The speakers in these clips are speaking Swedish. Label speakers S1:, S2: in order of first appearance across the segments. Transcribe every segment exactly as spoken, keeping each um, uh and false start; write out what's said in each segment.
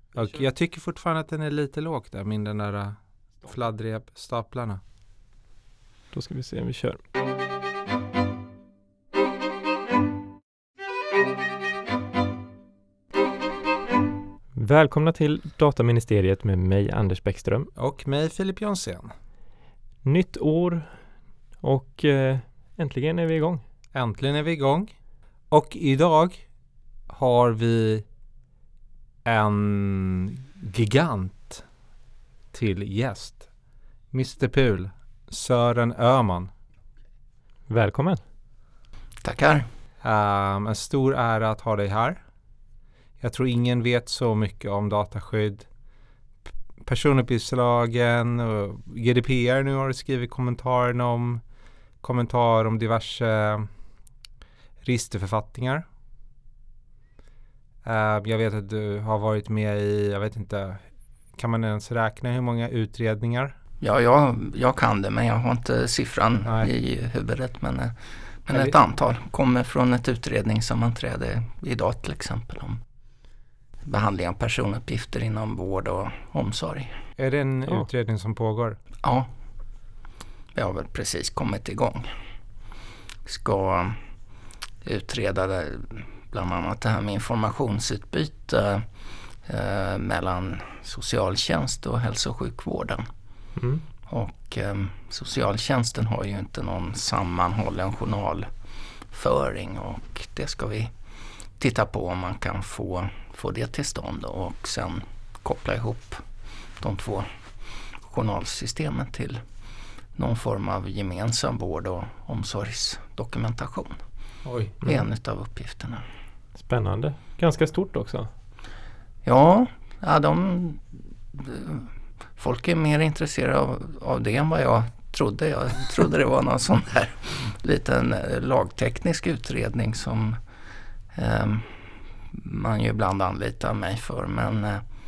S1: Och jag tycker fortfarande att den är lite låg där, min den där fladdriga staplarna.
S2: Då ska vi se om vi kör. Välkomna till Dataministeriet med mig Anders Bäckström.
S1: Och mig Filip Jonsén.
S2: Nytt år och eh, äntligen är vi igång.
S1: Äntligen är vi igång. Och idag har vi en gigant till gäst. mister Pul, Sören Öhman.
S2: Välkommen.
S3: Tackar.
S1: Um, en stor ära att ha dig här. Jag tror ingen vet så mycket om dataskydd. P- personuppgiftslagen och G D P R nu har du skrivit kommentaren om. Kommentar om diverse registerförfattningar. Uh, jag vet att du har varit med i, jag vet inte, kan man ens räkna hur många utredningar?
S3: Ja, jag, jag kan det, men jag har inte siffran
S1: Nej.
S3: i huvudet. Men, men
S1: Jag
S3: ett
S1: vet.
S3: antal kommer från ett utredningssammanträde idag till exempel om behandling av personuppgifter inom vård och omsorg.
S1: Är det en
S2: Ja.
S1: utredning som pågår?
S3: Ja, vi har väl precis kommit igång. Ska utreda det, bland annat det här med informationsutbyte eh, mellan socialtjänst och hälso- och sjukvården.
S2: Mm.
S3: Och eh, socialtjänsten har ju inte någon sammanhållen journalföring och det ska vi titta på om man kan få, få det till stånd och sen koppla ihop de två journalsystemen till någon form av gemensam vård- och omsorgsdokumentation.
S1: Oj.
S3: Det är en av uppgifterna.
S2: Spännande. Ganska stort också.
S3: Ja, ja de, folk är mer intresserade av, av det än vad jag trodde. Jag trodde det var någon sån här liten lagteknisk utredning som eh, man ju ibland anlitar mig för. Men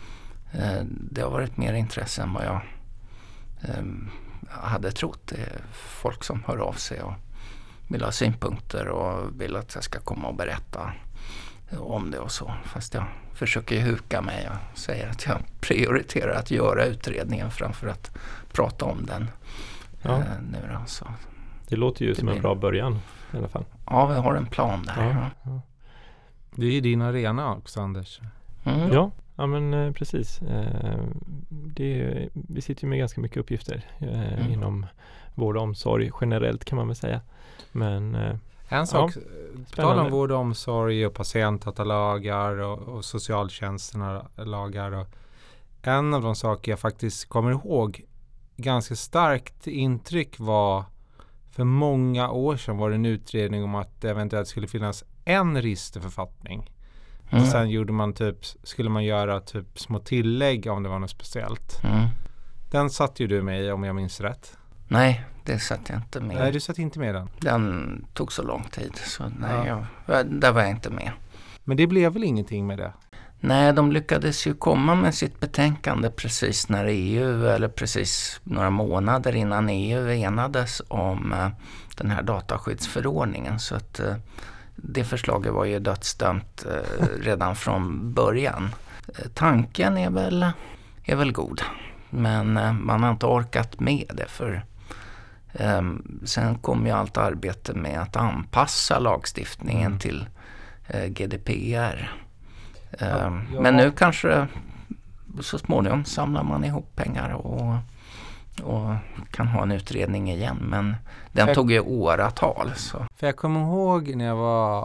S3: eh, det har varit mer intresse än vad jag eh, hade trott. Det är folk som hör av sig och vill ha synpunkter och vill att jag ska komma och berätta om det och så. Fast jag försöker ju huka mig och säger att jag prioriterar att göra utredningen framför att prata om den.
S2: Ja.
S3: eh, nu då, så.
S2: Det låter ju
S3: Det
S2: som en
S3: blir-
S2: bra början i alla fall.
S3: Ja, vi har en plan där.
S2: Ja.
S3: Ja.
S2: Ja.
S1: Det är ju din arena också, Anders.
S3: Mm.
S2: Ja, ja men eh, precis. Eh, det, vi sitter ju med ganska mycket uppgifter eh,
S3: Mm.
S2: inom vård och omsorg generellt kan man väl säga. Men eh,
S1: En sak, på tal om
S2: spännande.
S1: vård och omsorg och patientdatalagar och, och socialtjänsterna lagar. Och en av de saker jag faktiskt kommer ihåg ganska starkt intryck var för många år sedan var det en utredning om att det eventuellt skulle finnas en registerförfattning.
S3: Mm.
S1: Och sen gjorde man typ, skulle man göra typ små tillägg om det var något speciellt.
S3: Mm.
S1: Den satt ju du med i om jag minns rätt.
S3: Nej, det satt jag inte med.
S1: Nej, du satt inte med den.
S3: Den tog så lång tid så nej,
S1: Ja.
S3: jag, där var jag inte med.
S1: Men det blev väl ingenting med det?
S3: Nej, de lyckades ju komma med sitt betänkande precis när E U, eller precis några månader innan E U enades om eh, den här dataskyddsförordningen. Så att eh, det förslaget var ju dödsdömt eh, redan från början. Eh, tanken är väl, är väl god, men eh, man har inte orkat med det för eh, sen kom ju allt arbete med att anpassa lagstiftningen
S1: Mm.
S3: till eh, G D P R.
S1: Ja,
S3: Um,
S1: ja.
S3: Men nu kanske så småningom samlar man ihop pengar och, och kan ha en utredning igen. Men den
S1: Jag-
S3: tog ju åratal. Så.
S1: För jag kommer ihåg när jag var,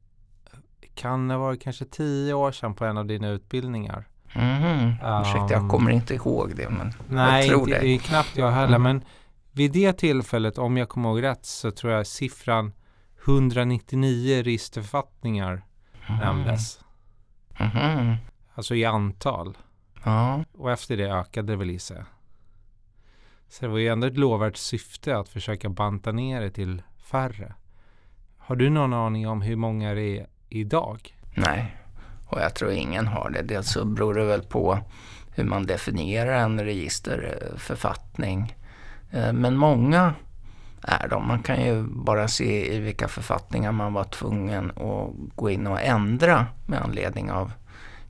S1: kan det vara kanske tio år sedan på en av dina utbildningar.
S3: Mm.
S1: Um,
S3: Ursäkta, jag kommer inte ihåg det. Men
S1: Nej,
S3: jag tror
S1: det,
S3: det.
S1: det är knappt jag heller. Men vid det tillfället, om jag kommer ihåg rätt, så tror jag siffran etthundranittionio registerförfattningar nämndes.
S3: Mhm.
S1: Alltså i antal.
S3: Ja.
S1: Och efter det ökade det väl i sig. Så det var ju ändå ett lovvärt syfte att försöka banta ner det till färre. Har du någon aning om hur många det är idag?
S3: Nej, och jag tror ingen har det. Dels så beror det väl på hur man definierar en registerförfattning. Eh, Men många är de. Man kan ju bara se i vilka författningar man var tvungen att gå in och ändra med anledning av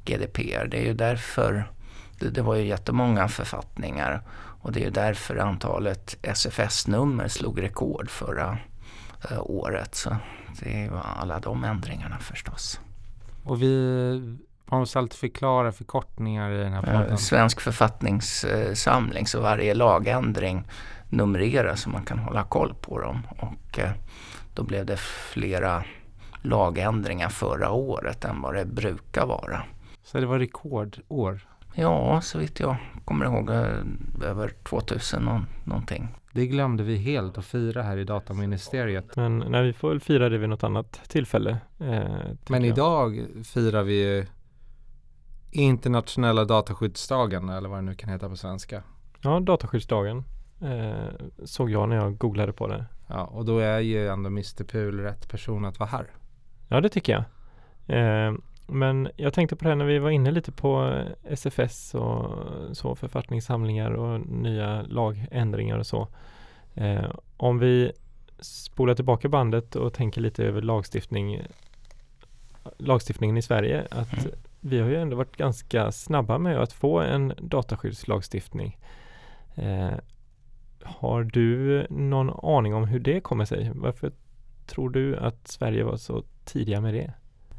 S3: G D P R. Det är ju därför, det, det var ju jättemånga författningar och det är ju därför antalet S F S-nummer slog rekord förra eh, året. Så det var alla de ändringarna förstås.
S1: Och vi måste alltid förklara förkortningar i den här podden.
S3: Eh, Svensk författningssamling, så varje lagändring numreras så man kan hålla koll på dem. Och eh, då blev det flera lagändringar förra året än vad det brukar vara.
S1: Så det var rekordår?
S3: Ja, så vitt jag kommer ihåg över tvåtusen någon, någonting.
S1: Det glömde vi helt att fira här i dataministeriet.
S2: Men när vi får väl fira det vid något annat tillfälle. Eh,
S1: Men
S2: jag.
S1: idag firar vi internationella dataskyddsdagen, eller vad det nu kan heta på svenska.
S2: Ja, dataskyddsdagen eh, såg jag när jag googlade på det.
S1: Ja, och då är ju ändå mister Pul rätt person att vara här.
S2: Ja, det tycker jag. Eh, men jag tänkte på det här när vi var inne lite på S F S och så, författningssamlingar och nya lagändringar och så. Eh, om vi spolar tillbaka bandet och tänker lite över lagstiftning, lagstiftningen i Sverige, att mm. vi har ju ändå varit ganska snabba med att få en dataskyddslagstiftning. Eh, har du någon aning om hur det kommer sig? Varför tror du att Sverige var så tidiga med det?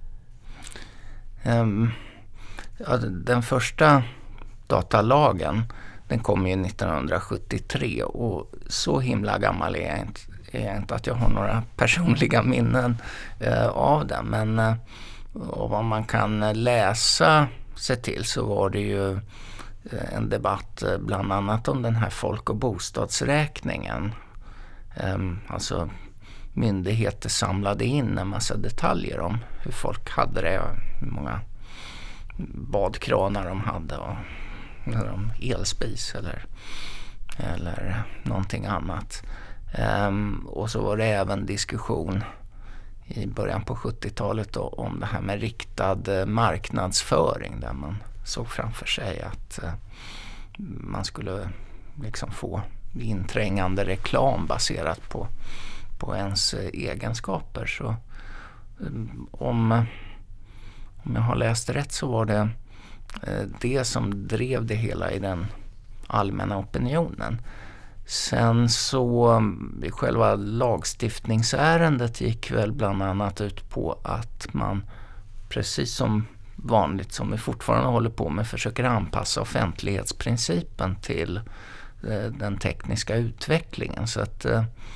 S3: Um, ja, den första datalagen, den kom ju nittonhundrasjuttiotre och så himla gammal är jag inte, är jag inte att jag har några personliga minnen uh, av den. Men uh, vad man kan läsa sig till så var det ju uh, en debatt uh, bland annat om den här folk- och bostadsräkningen. Um, alltså myndigheter samlade in en massa detaljer om hur folk hade det och hur många badkranar de hade och om elspis eller, eller någonting annat. Um, och så var det även diskussion i början på sjuttiotalet då, om det här med riktad marknadsföring där man såg framför sig att uh, man skulle liksom få inträngande reklam baserat på på ens egenskaper. Så om, om jag har läst rätt så var det det som drev det hela i den allmänna opinionen. Sen så i själva lagstiftningsärendet gick väl bland annat ut på att man precis som vanligt som vi fortfarande håller på med försöker anpassa offentlighetsprincipen till den tekniska utvecklingen. Så att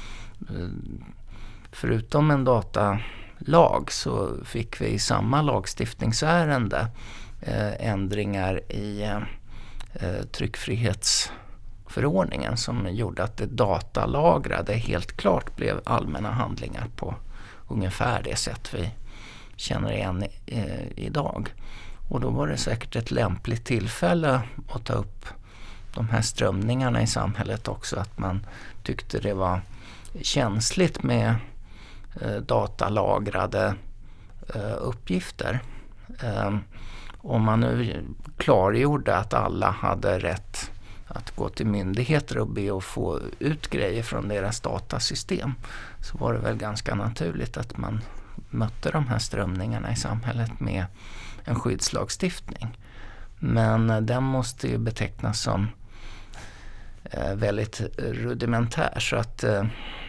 S3: förutom en datalag så fick vi i samma lagstiftningsärende eh, ändringar i eh, tryckfrihetsförordningen som gjorde att det datalagrade helt klart blev allmänna handlingar på ungefär det sätt vi känner igen eh, idag. Och då var det säkert ett lämpligt tillfälle att ta upp de här strömningarna i samhället också, att man tyckte det var känsligt med eh, datalagrade eh, uppgifter. Eh, om man nu klargjorde att alla hade rätt att gå till myndigheter och be att få ut grejer från deras datasystem, så var det väl ganska naturligt att man mötte de här strömningarna i samhället med en skyddslagstiftning. Men eh, den måste ju betecknas som eh, väldigt rudimentär, så att eh,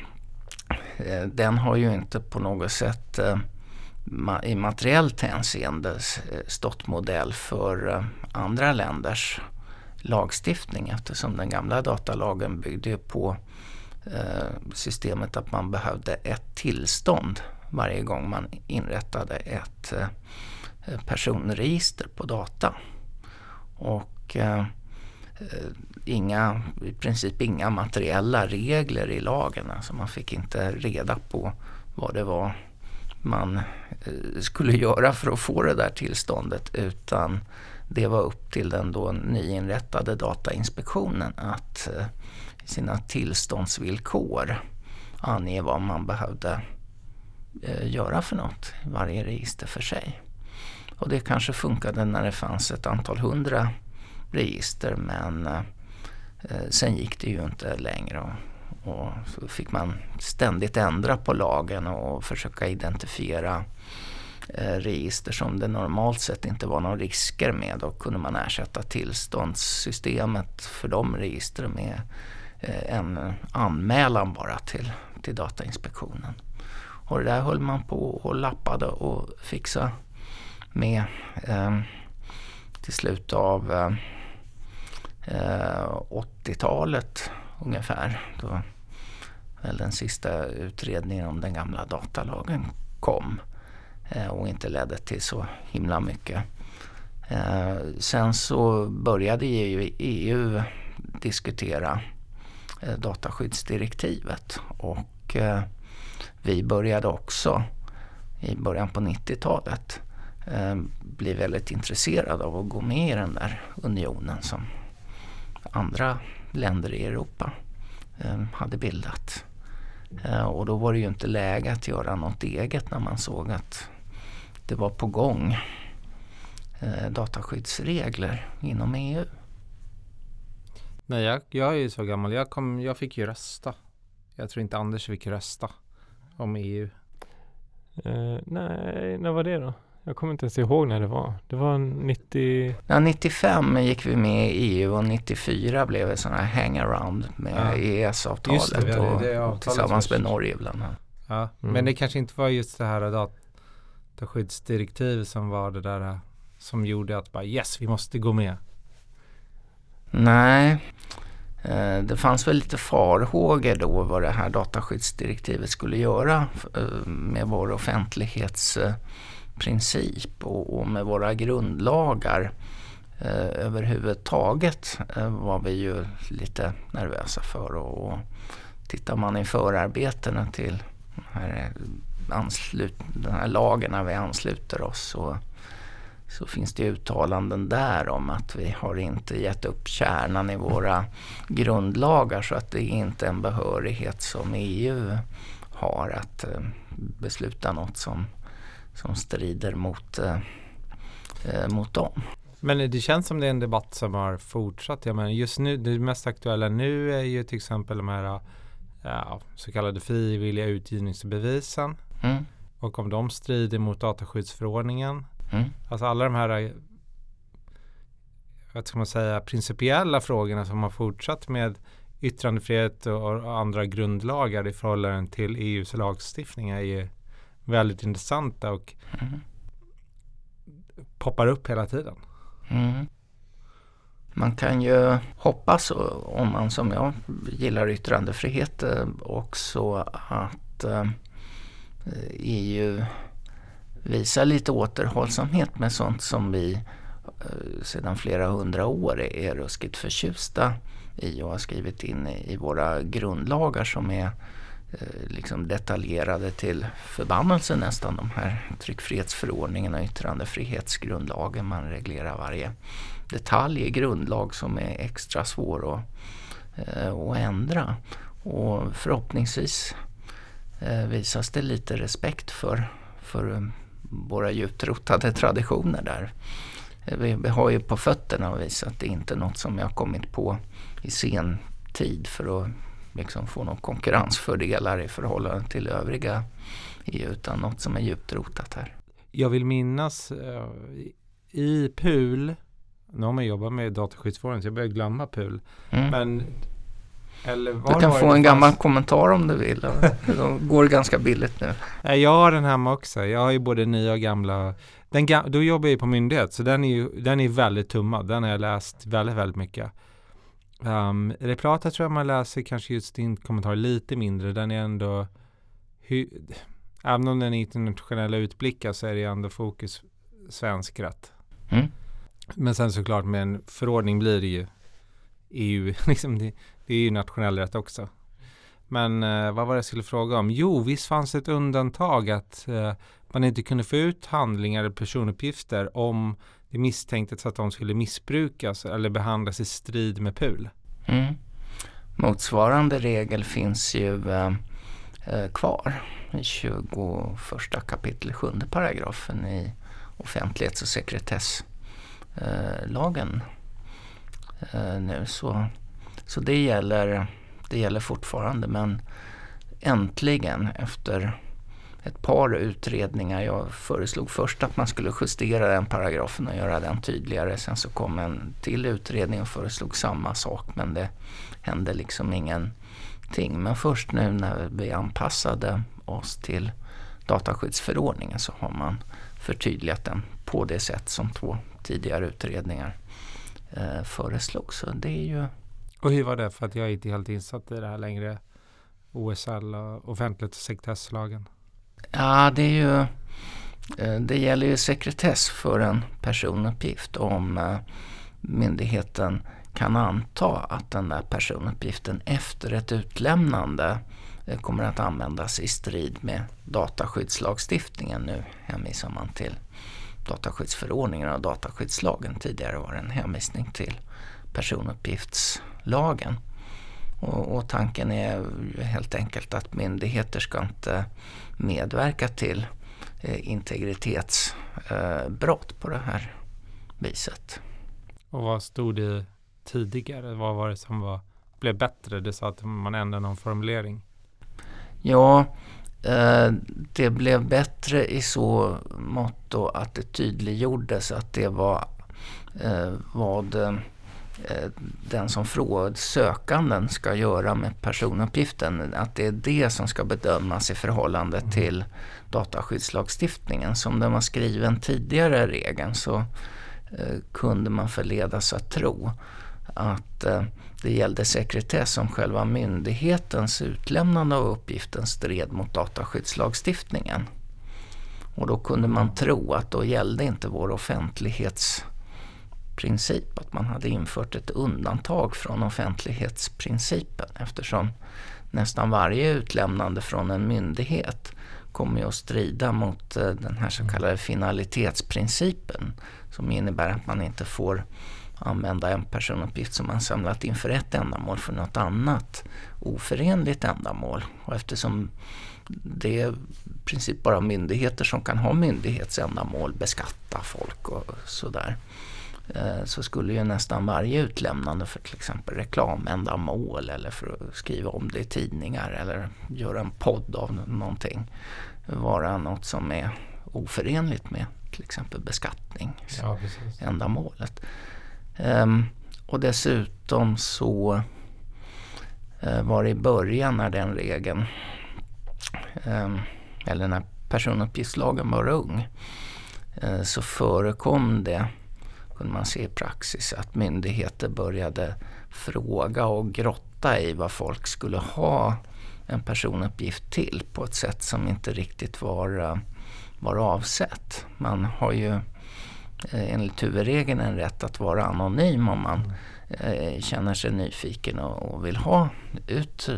S3: den har ju inte på något sätt eh, ma- i materiellt hänseende stått modell för eh, andra länders lagstiftning, eftersom den gamla datalagen byggde på eh, systemet att man behövde ett tillstånd varje gång man inrättade ett eh, personregister på data. Och eh, inga, i princip inga materiella regler i lagen. Alltså man fick inte reda på vad det var man eh, skulle göra för att få det där tillståndet, utan det var upp till den då nyinrättade Datainspektionen att eh, i sina tillståndsvillkor ange vad man behövde eh, göra för något i varje register för sig. Och det kanske funkade när det fanns ett antal hundra register, men eh, sen gick det ju inte längre och, och så fick man ständigt ändra på lagen och försöka identifiera eh, register som det normalt sett inte var några risker med. Då kunde man ersätta tillståndssystemet för de registren med eh, en anmälan bara till, till Datainspektionen. Och det där höll man på och lappade och fixa med eh, till slut av eh, åttiotalet ungefär. Då väl den sista utredningen om den gamla datalagen kom eh, och inte ledde till så himla mycket. Eh, sen så började ju E U diskutera eh, dataskyddsdirektivet och eh, vi började också i början på nittiotalet eh, bli väldigt intresserade av att gå med i den där unionen som andra länder i Europa eh, hade bildat. Eh, och då var det ju inte läge att göra något eget när man såg att det var på gång eh, dataskyddsregler inom E U.
S1: Nej, jag, jag är ju så gammal. Jag, kom, jag fick ju rösta. Jag tror inte Anders fick rösta om E U.
S2: Eh, nej, när var det då? Jag kommer inte ens ihåg när det var. Det var nittio...
S3: Ja, nittiofem gick vi med i E U och nittiofyra blev det sådana här hangaround med
S1: ja.
S3: E E S-avtalet
S1: det, det,
S3: och,
S1: det
S3: och tillsammans först. Med Norge bland annat.
S1: Ja,
S2: Mm.
S1: men det kanske inte var just det här dataskyddsdirektiv som var det där som gjorde att bara yes, vi måste gå med.
S3: Nej, eh, det fanns väl lite farhågor då vad det här dataskyddsdirektivet skulle göra eh, med vår offentlighetsprincip och, och med våra grundlagar. Eh, överhuvudtaget eh, var vi ju lite nervösa för och, och tittar man i förarbetena till den här, anslut, den här lagen när vi ansluter oss så så finns det uttalanden där om att vi har inte gett upp kärnan i våra grundlagar så att det är inte en behörighet som E U har att eh, besluta något som, som strider mot, eh, mot dem.
S1: Men det känns som det är en debatt som har fortsatt. Jag menar, just nu, det mest aktuella nu är ju till exempel de här ja, så kallade frivilliga utgivningsbevisen.
S3: Mm.
S1: Och om de strider mot dataskyddsförordningen.
S3: Mm.
S1: Alltså alla de här vad ska man säga, principiella frågorna som har fortsatt med yttrandefrihet och, och andra grundlagar i förhållande till E U:s lagstiftning är ju väldigt intressanta och
S3: Mm.
S1: poppar upp hela tiden.
S3: Mm. Man kan ju hoppas, om man som jag gillar yttrandefrihet, också att E U visar lite återhållsamhet med sånt som vi eh, sedan flera hundra år är ruskigt förtjusta i och har skrivit in i, i våra grundlagar som är eh, liksom detaljerade till förbannelse nästan. De här tryckfrihetsförordningen och yttrandefrihetsgrundlagen, man reglerar varje detalj i grundlag som är extra svår att, eh, att ändra. Och förhoppningsvis eh, visas det lite respekt för, för våra djupt rotade traditioner där. Vi, vi har ju på fötterna och visat att det inte är något som jag har kommit på i sen tid för att liksom få någon konkurrensfördelar i förhållande till övriga E U, utan något som är djupt rotat här.
S1: Jag vill minnas uh, i P U L, nu har man jobbat med dataskyddsförordningen så jag börjar glömma P U L,
S3: Mm.
S1: men eller var
S3: du kan
S1: var
S3: få
S1: det
S3: en
S1: fanns...
S3: gammal kommentar om du vill. De går ganska billigt nu.
S1: Jag har den hemma också. Jag har ju både nya och gamla. Den ga- då jobbar jag ju på myndighet så den är ju den är väldigt tummad. Den har jag läst väldigt, väldigt mycket. Um, Replata tror jag man läser kanske just din kommentar lite mindre. Den är ändå hu- även om den är internationella utblickar så är det ändå fokus svensk rätt.
S3: Mm.
S1: Men sen såklart med en förordning blir det ju E U, liksom det, det är ju nationell rätt också. Men eh, vad var det jag skulle fråga om? Jo, visst fanns ett undantag att eh, man inte kunde få ut handlingar eller personuppgifter om det misstänktes att de skulle missbrukas eller behandlas i strid med P U L.
S3: Mm. Motsvarande regel finns ju eh, kvar i tjugoförsta kapitel sjunde paragrafen i offentlighets- och sekretesslagen eh, nu. Så, så det gäller, det gäller fortfarande, men äntligen efter ett par utredningar. Jag föreslog först att man skulle justera den paragrafen och göra den tydligare. Sen så kom en till utredning och föreslog samma sak, men det hände liksom ingenting. Men först nu när vi anpassade oss till dataskyddsförordningen så har man förtydligat den på det sätt som två tidigare utredningar eh, föreslog. Så det är ju...
S1: Och hur var det? För att jag är inte helt insatt i det här längre. O S L och offentlighets- och sekretesslagen.
S3: Ja, det är ju... Det gäller ju sekretess för en personuppgift om eh, myndigheten kan anta att den där personuppgiften efter ett utlämnande eh, kommer att användas i strid med dataskyddslagstiftningen. Nu hänvisar man till dataskyddsförordningen och dataskyddslagen. Tidigare var det en hänvisning till personuppgiftslagen. Och, och tanken är helt enkelt att myndigheter ska inte medverka till eh, integritetsbrott eh, på det här viset.
S1: Och vad stod det tidigare? Vad var det som var, blev bättre? Det sa att man ändrade någon formulering.
S3: Ja, eh, det blev bättre i så mått att det tydliggjordes att det var eh, vad eh, den som frågar sökanden ska göra med personuppgiften. Att det är det som ska bedömas i förhållande mm. till dataskyddslagstiftningen. Som den var skriven tidigare regeln så eh, kunde man förledas att tro att eh, det gällde sekretess om själva myndighetens utlämnande av uppgiften stred mot dataskyddslagstiftningen. Och då kunde man tro att då gällde inte vår offentlighetsprincip, att man hade infört ett undantag från offentlighetsprincipen, eftersom nästan varje utlämnande från en myndighet kommer att strida mot eh, den här så kallade finalitetsprincipen, som innebär att man inte får använda en personuppgift som man samlat in för ett ändamål för något annat oförenligt ändamål. Och eftersom det är i princip bara myndigheter som kan ha myndighetsändamål, beskatta folk och sådär, så skulle ju nästan varje utlämnande för till exempel reklamändamål eller för att skriva om det i tidningar eller göra en podd av någonting vara något som är oförenligt med till exempel beskattningsändamålet. Um, och dessutom så uh, var det i början när den regeln um, eller när personuppgiftslagen var ung uh, så förekom det, kunde man se i praxis, att myndigheter började fråga och grotta i vad folk skulle ha en personuppgift till på ett sätt som inte riktigt var, uh, var avsett. Man har ju enligt huvudregeln en rätt att vara anonym om man eh, känner sig nyfiken och, och vill ha ut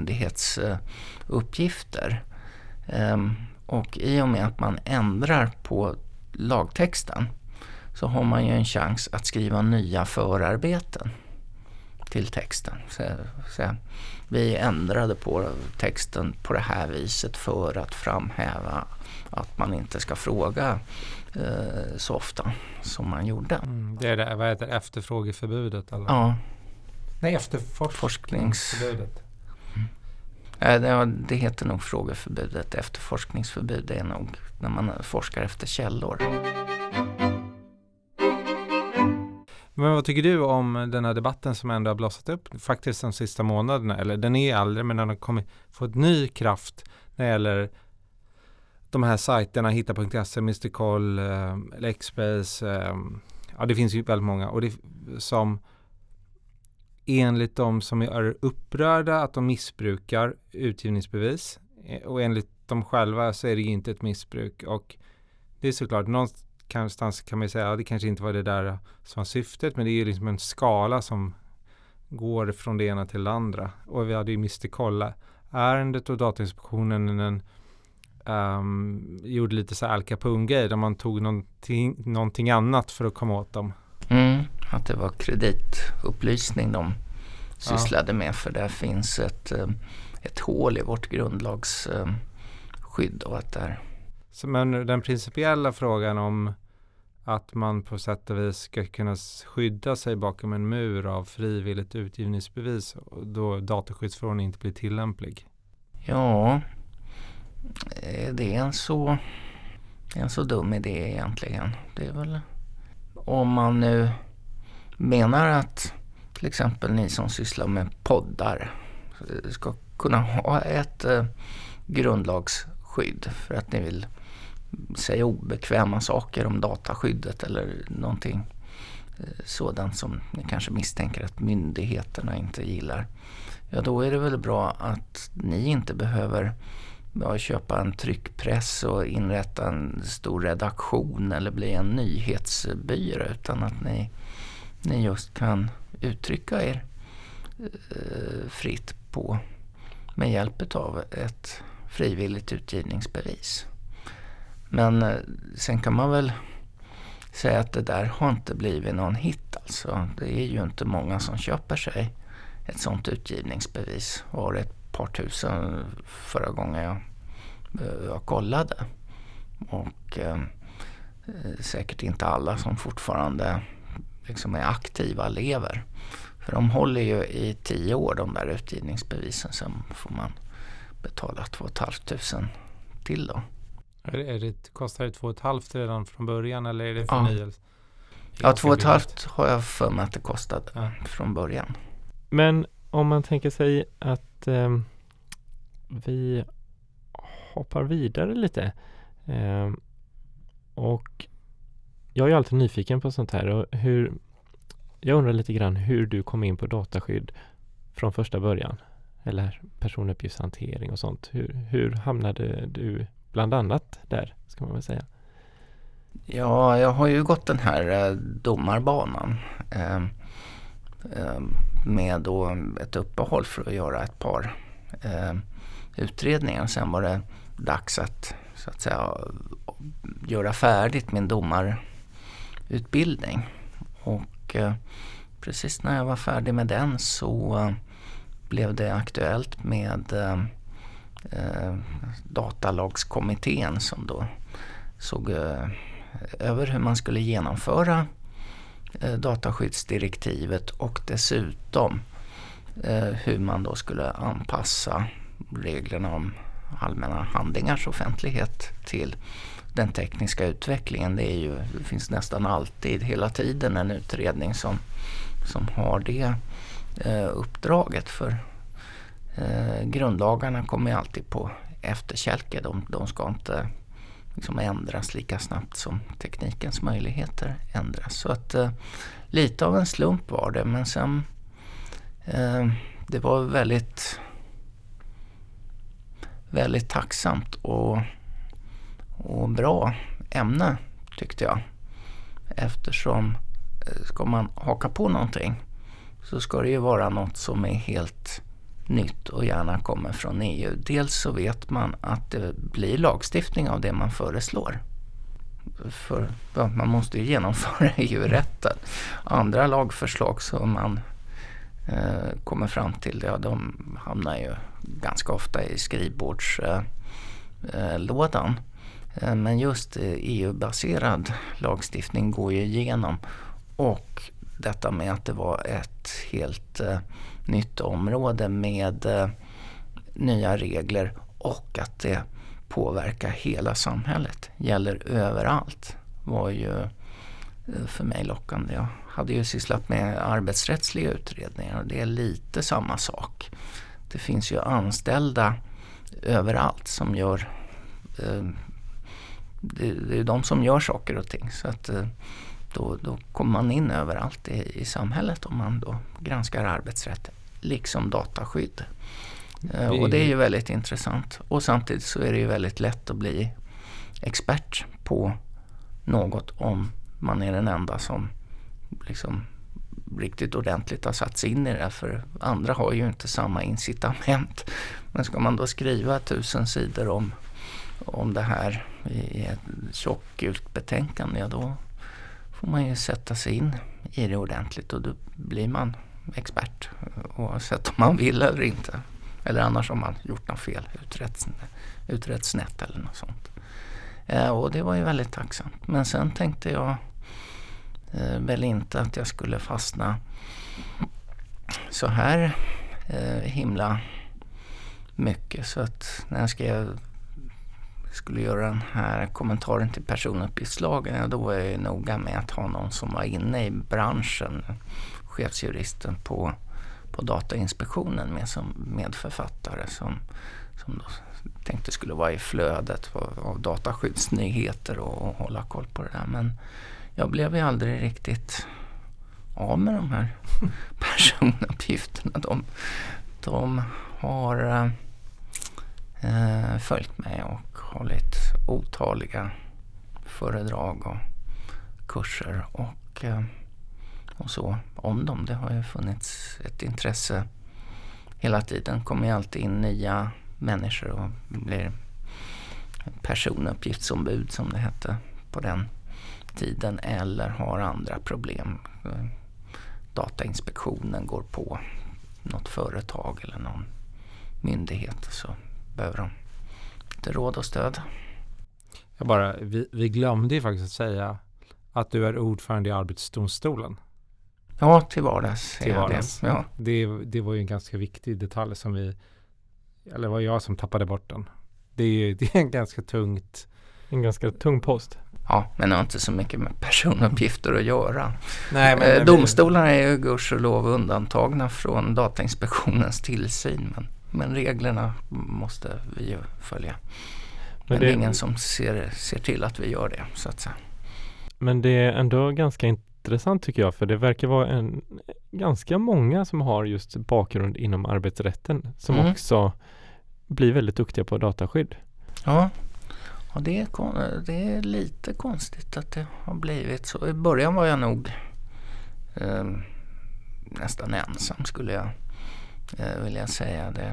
S3: myndighetsuppgifter. Ehm, och i och med att man ändrar på lagtexten så har man ju en chans att skriva nya förarbeten till texten. Så, så, vi ändrade på texten på det här viset för att framhäva att man inte ska fråga eh, så ofta som man gjorde.
S1: Mm, det är det, vad heter efterfrågeförbudet? Eller?
S3: Ja.
S1: Nej, efterforskningsförbudet.
S3: Mm. Eh, det, det heter nog frågeförbudet. Efterforskningsförbud, det är nog när man forskar efter källor.
S1: Men vad tycker du om den här debatten som ändå har blossat upp faktiskt de sista månaderna? Eller den är äldre, men den har kommit, fått ny kraft när det gäller de här sajterna, hitta punkt se, mister Koll, eh, Lexbase, eh, ja det finns ju väldigt många. Och det som enligt de som är upprörda att de missbrukar utgivningsbevis, och enligt dem själva så är det inte ett missbruk. Och det är såklart, någonstans kan man ju säga att ja, det kanske inte var det där som var syftet, men det är ju liksom en skala som går från det ena till det andra. Och vi hade ju mister Koll ärendet och Datainspektionen en Um, gjorde lite så Al Capone-grej där man tog någonting, någonting annat för att komma åt dem.
S3: Mm, att det var kreditupplysning de sysslade ja. med, för där finns ett, ett hål i vårt grundlagsskydd. Och att där...
S1: Så, men den principiella frågan om att man på sätt och vis ska kunna skydda sig bakom en mur av frivilligt utgivningsbevis då dataskyddsförordningen inte blir tillämplig.
S3: Ja, är det en så, en så dum idé egentligen? Det är väl om man nu menar att till exempel ni som sysslar med poddar ska kunna ha ett eh, grundlagsskydd för att ni vill säga obekväma saker om dataskyddet eller någonting eh, sådant som ni kanske misstänker att myndigheterna inte gillar. Ja, då är det väl bra att ni inte behöver ja, köpa en tryckpress och inrätta en stor redaktion eller bli en nyhetsbyrå, utan att ni, ni just kan uttrycka er eh, fritt på med hjälp av ett frivilligt utgivningsbevis. Men eh, sen kan man väl säga att det där har inte blivit någon hit. Alltså, det är ju inte många som köper sig ett sånt utgivningsbevis. Det var ett par tusen förra gången jag, jag kollade. Och eh, säkert inte alla som fortfarande liksom är aktiva lever. För de håller ju i tio år de där utgivningsbevisen. Sen får man betala två och ett halvt tusen till då.
S1: Är det, är det, kostar det två och ett halvt redan från början eller är det förnyelse?
S3: Ja, ja två och ett halvt har jag för mig att det kostade ja. från början.
S2: Men om man tänker sig att eh, vi hoppar vidare lite. Eh, och jag är alltid nyfiken på sånt här. Och hur, jag undrar lite grann hur du kom in på dataskydd från första början. Eller personuppgiftshantering och sånt. Hur, hur hamnade du bland annat där, ska man väl säga?
S3: Ja, jag har ju gått den här eh, domarbanan. Eh, eh, med då ett uppehåll för att göra ett par eh, utredningar. Sen var det dags att, så att säga, göra färdigt min domarutbildning. Och eh, precis när jag var färdig med den så eh, blev det aktuellt med eh, eh, datalagskommittén som då såg eh, över hur man skulle genomföra eh, dataskyddsdirektivet och dessutom eh, hur man då skulle anpassa reglerna om allmänna handlingars offentlighet till den tekniska utvecklingen. Det, är ju, det finns nästan alltid, hela tiden, en utredning som, som har det eh, uppdraget, för eh, grundlagarna kommer alltid på efterkälke. De, de ska inte liksom ändras lika snabbt som teknikens möjligheter ändras. Så att eh, lite av en slump var det, men sen eh, det var väldigt väldigt tacksamt och, och bra ämne tyckte jag. Eftersom eh, ska man haka på någonting så ska det ju vara något som är helt nytt och gärna kommer från E U. Dels så vet man att det blir lagstiftning av det man föreslår. För ja, man måste ju genomföra E U-rätten. Andra lagförslag som man eh, kommer fram till, ja, de hamnar ju ganska ofta i skrivbordslådan. Eh, eh, men just eh, E U-baserad lagstiftning går ju igenom, och detta med att det var ett helt eh, nytt område med eh, nya regler och att det påverkar hela samhället, gäller överallt, var ju eh, för mig lockande. Jag hade ju sysslat med arbetsrättsliga utredningar och det är lite samma sak. Det finns ju anställda överallt som gör eh, det, det är de som gör saker och ting, så att eh, Då, då kommer man in överallt i, i samhället om man då granskar arbetsrätt, liksom dataskydd. Eh, och det är ju väldigt intressant. Och samtidigt så är det ju väldigt lätt att bli expert på något om man är den enda som liksom riktigt ordentligt har satt sig in i det. För andra har ju inte samma incitament. Men ska man då skriva tusen sidor om, om det här i ett tjockgult betänkande, ja då får man ju sätta sig in i det ordentligt, och då blir man expert oavsett om man vill eller inte. Eller annars har man gjort något fel, utrett, utrett snett eller något sånt. Eh, och det var ju väldigt tacksamt. Men sen tänkte jag eh, väl inte att jag skulle fastna så här eh, himla mycket. Så att när jag skrev skulle göra den här kommentaren till personuppgiftslagen, ja, då var jag ju noga med att ha någon som var inne i branschen, chefsjuristen på, på Datainspektionen med som medförfattare som, som då tänkte skulle vara i flödet av, av dataskyddsnyheter och, och hålla koll på det där. Men jag blev ju aldrig riktigt av med de här personuppgifterna. De, de har eh, följt mig och hållit otaliga föredrag och kurser och, eh, och så om dem. Det har ju funnits ett intresse hela tiden. Kommer ju alltid in nya människor och blir personuppgiftsombud som det hette på den tiden, eller har andra problem. Datainspektionen går på något företag eller någon myndighet, så behöver de lite råd och stöd.
S1: Jag bara, vi, vi glömde ju faktiskt att säga att du är ordförande i Arbetsdomstolen.
S3: Ja, till vardags.
S1: Till vardags.
S3: Det. Ja.
S1: Det, det var ju en ganska viktig detalj som vi, eller var jag som tappade bort den. Det är ju det är en ganska tungt.
S2: En ganska tung post.
S3: Ja, men det har inte så mycket med personuppgifter att göra.
S1: Nej, men,
S3: eh, domstolarna är ju gudskelov undantagna från Datainspektionens tillsyn, men, men reglerna måste vi ju följa. Men, men det är ingen som ser, ser till att vi gör det, så att säga.
S2: Men det är ändå ganska intressant tycker jag, för det verkar vara en, ganska många som har just bakgrund inom arbetsrätten som mm. också blir väldigt duktiga på dataskydd.
S3: Ja. Ja, det är, kon- det är lite konstigt att det har blivit så. I början var jag nog eh, nästan ensam, skulle jag eh, vilja säga det.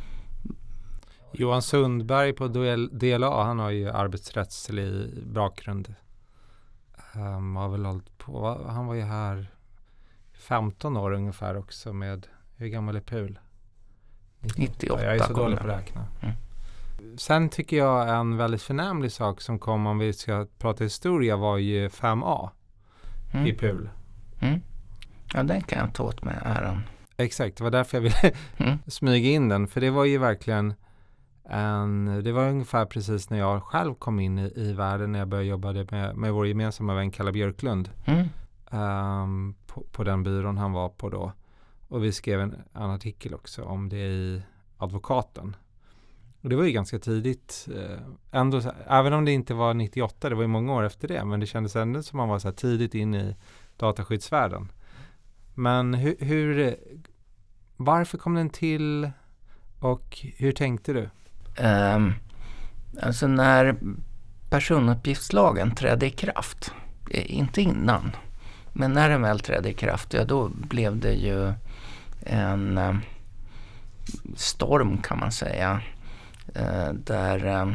S1: Johan Sundberg på D L A, han har ju arbetsrättslig bakgrund. Um, har väl hållit på, han var ju här femton år ungefär också med, hur gammal är Pul?
S3: nittioåtta.
S1: Jag är så dålig på att räkna. Mm. Sen tycker jag en väldigt förnämlig sak som kom, om vi ska prata historia, var ju fem A mm. i Pul.
S3: Mm. Ja, den kan jag ta åt mig äran.
S1: Exakt, det var därför jag ville mm. smyga in den. För det var ju verkligen en, det var ungefär precis när jag själv kom in i, i världen, när jag började jobba med, med vår gemensamma vän Kalle Björklund. Mm. Um, på, på den byrån han var på då. Och vi skrev en, en artikel också om det i Advokaten. Och det var ju ganska tidigt. Eh, ändå, även om det inte var nittioåtta, det var ju många år efter det. Men det kändes ändå som man var så här tidigt in i dataskyddsvärlden. Men hur, hur, varför kom den till och hur tänkte du?
S3: Um, alltså när personuppgiftslagen trädde i kraft, inte innan, men när den väl trädde i kraft, ja, då blev det ju en um, storm kan man säga. Uh, där uh,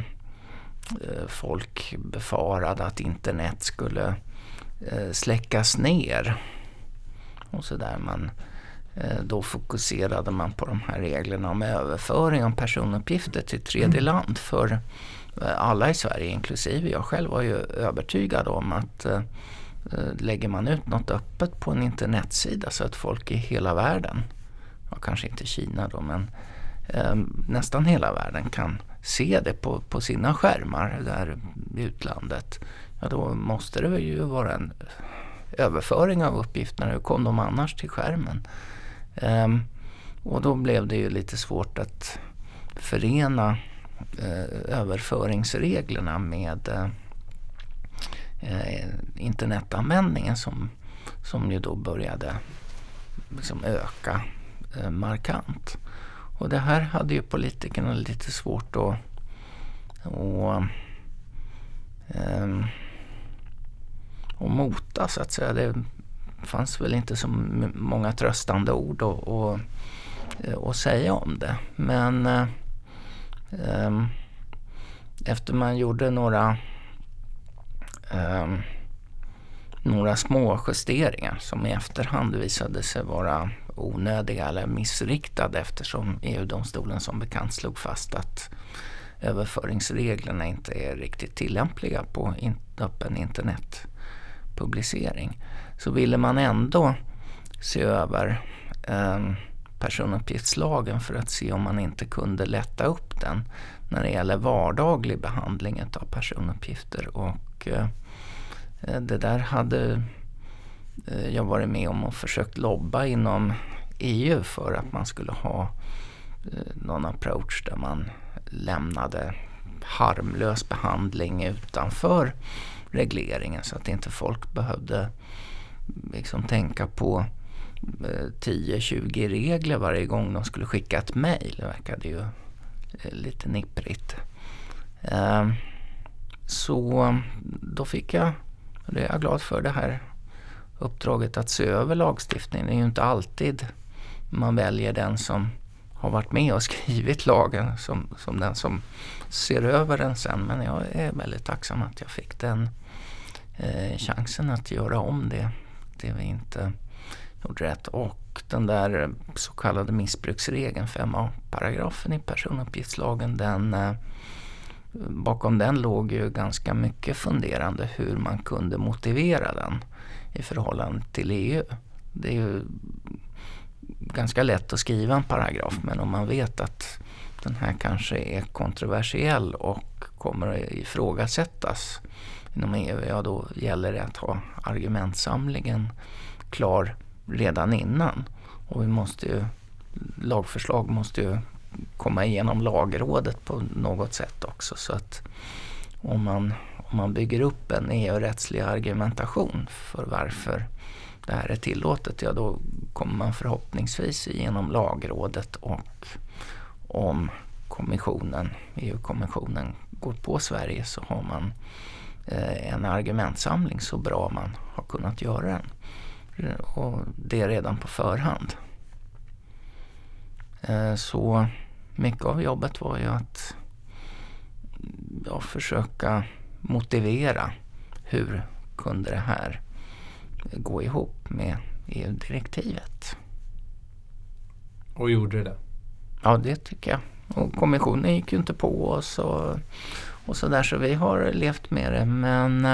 S3: folk befarade att internet skulle uh, släckas ner. Och så där man, uh, då fokuserade man på de här reglerna om överföring av personuppgifter till tredje land. För uh, alla i Sverige, inklusive jag själv, var ju övertygad om att uh, uh, lägger man ut något öppet på en internetsida så att folk i hela världen, ja, kanske inte Kina då, men nästan hela världen kan se det på, på sina skärmar där i utlandet, ja, då måste det ju vara en överföring av uppgifterna. Hur kom de annars till skärmen? Um, och då blev det ju lite svårt att förena uh, överföringsreglerna med uh, internetanvändningen som, som ju då började liksom öka uh, markant. Och det här hade ju politikerna lite svårt att, att, um, att mota, så att säga. Det fanns väl inte så många tröstande ord att, att, att säga om det. Men um, efter man gjorde några, um, några små justeringar som i efterhand visade sig vara onödiga eller missriktade, eftersom E U-domstolen som bekant slog fast att överföringsreglerna inte är riktigt tillämpliga på in- öppen internetpublicering, så ville man ändå se över eh, personuppgiftslagen för att se om man inte kunde lätta upp den när det gäller vardaglig behandling av personuppgifter. Och eh, det där hade eh, jag varit med om och försökt lobba inom E U för att man skulle ha eh, någon approach där man lämnade harmlös behandling utanför regleringen så att inte folk behövde liksom tänka på tio tjugo regler varje gång de skulle skicka ett mejl. Det verkade ju lite nipprigt. Så då fick jag, och det är jag glad för, det här uppdraget att se över lagstiftningen. Det är ju inte alltid man väljer den som har varit med och skrivit lagen som, som den som ser över den sen. Men jag är väldigt tacksam att jag fick den eh, chansen att göra om det. Det vi inte gjorde rätt. Och den där så kallade missbruksregeln, fem a-paragrafen i personuppgiftslagen, den, eh, bakom den låg ju ganska mycket funderande hur man kunde motivera den i förhållande till E U. Det är ju ganska lätt att skriva en paragraf, men om man vet att den här kanske är kontroversiell och kommer att ifrågasättas inom E U, ja då gäller det att ha argumentsamlingen klar redan innan. Och vi måste ju, lagförslag måste ju komma igenom lagrådet på något sätt också, så att om man, om man bygger upp en E U-rättslig argumentation för varför det här är tillåtet, ja då kommer man förhoppningsvis igenom lagrådet, och om kommissionen, E U-kommissionen går på Sverige så har man eh, en argumentsamling så bra man har kunnat göra den. Och det är redan på förhand. Eh, så mycket av jobbet var ju att ja, försöka motivera hur kunde det här gå ihop med E U-direktivet.
S1: Och gjorde det?
S3: Ja, det tycker jag. Och kommissionen gick ju inte på oss och, och så där, så vi har levt med det. Men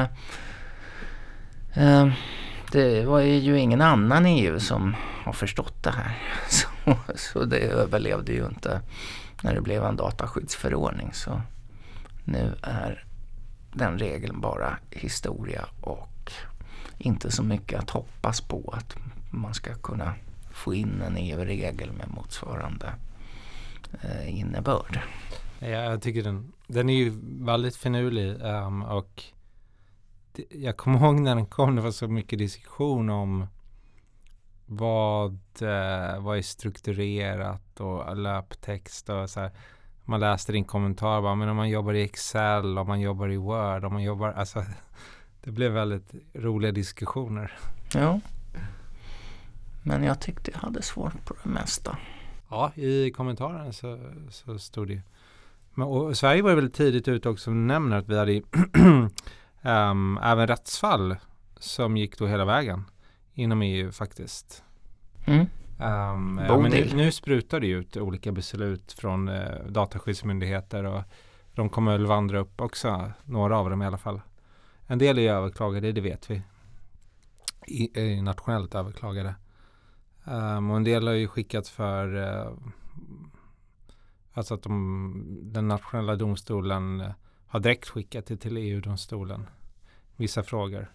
S3: eh, det var ju ingen annan i E U som har förstått det här. Så, så det överlevde ju inte när det blev en dataskyddsförordning. Så nu är den regeln bara historia och inte så mycket att hoppas på att man ska kunna få in en E U-regel med motsvarande eh, innebörd.
S1: Ja, jag tycker den, den är ju väldigt finurlig um, och det, jag kommer ihåg när den kom, det var så mycket diskussion om vad, eh, vad är strukturerat och löptext och så här. Man läste din kommentar bara, men om man jobbar i Excel, om man jobbar i Word, om man jobbar, alltså det blev väldigt roliga diskussioner.
S3: Ja. Men jag tyckte jag hade svårt på det mesta.
S1: Ja, i kommentaren så, så stod det. Men, och Sverige var väldigt tidigt ut också, som nämner att vi hade um, även rättsfall som gick då hela vägen inom E U faktiskt.
S3: Mm.
S1: Um, ja, men nu, nu sprutar det ut olika beslut från eh, dataskyddsmyndigheter och de kommer väl vandra upp också, några av dem i alla fall. En del är överklagade, det vet vi. I, i nationellt överklagade. Um, och en del har ju skickats för uh, alltså att de, den nationella domstolen uh, har direkt skickat det till E U-domstolen. Vissa frågor.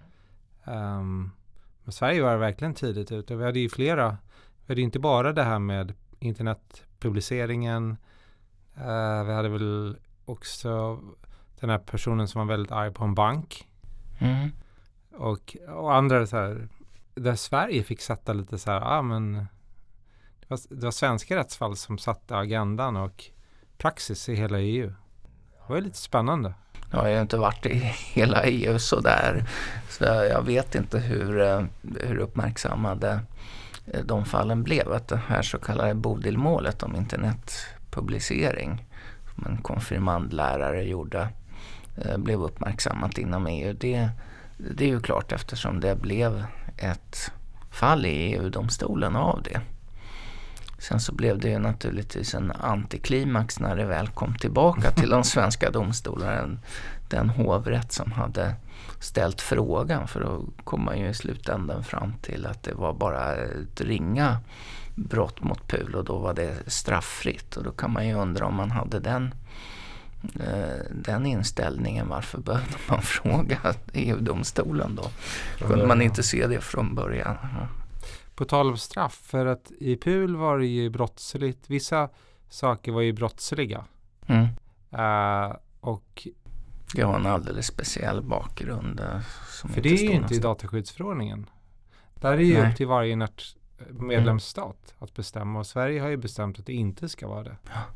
S1: Um, men Sverige var verkligen tidigt ute. Vi hade ju flera. Vi hade inte bara det här med internetpubliceringen. Uh, vi hade väl också den här personen som var väldigt arg på en bank.
S3: Mm.
S1: Och, och andra så här, där Sverige fick sätta lite så här, ja ah, men det var, det var svenska rättsfall som satte agendan och praxis i hela E U. Det var ju lite spännande.
S3: Jag har ju inte varit i hela E U så där, så jag vet inte hur, hur uppmärksammade de fallen blev. Att det här så kallade Bodilmålet om internetpublicering som en konfirmandlärare gjorde blev uppmärksammat inom E U. Det, det är ju klart eftersom det blev ett fall i E U-domstolen av det. Sen så blev det ju naturligtvis en antiklimax när det väl kom tillbaka till de svenska domstolarna. Den hovrätt som hade ställt frågan, för då kom man ju i slutändan fram till att det var bara ett ringa brott mot P U L och då var det strafffritt. Och då kan man ju undra om man hade den, eh, den inställningen, varför behövde man fråga E U-domstolen då? Kunde man inte se det från början? Ja.
S1: På tal om straff, för att i P U L var det ju brottsligt. Vissa saker var ju brottsliga.
S3: Mm.
S1: Uh, och
S3: det har en alldeles speciell bakgrund. Som
S1: för det är ju inte i dataskyddsförordningen. Där är det ju Nej. upp till varje nat- medlemsstat mm. att bestämma. Och Sverige har ju bestämt att det inte ska vara det.
S3: Ja.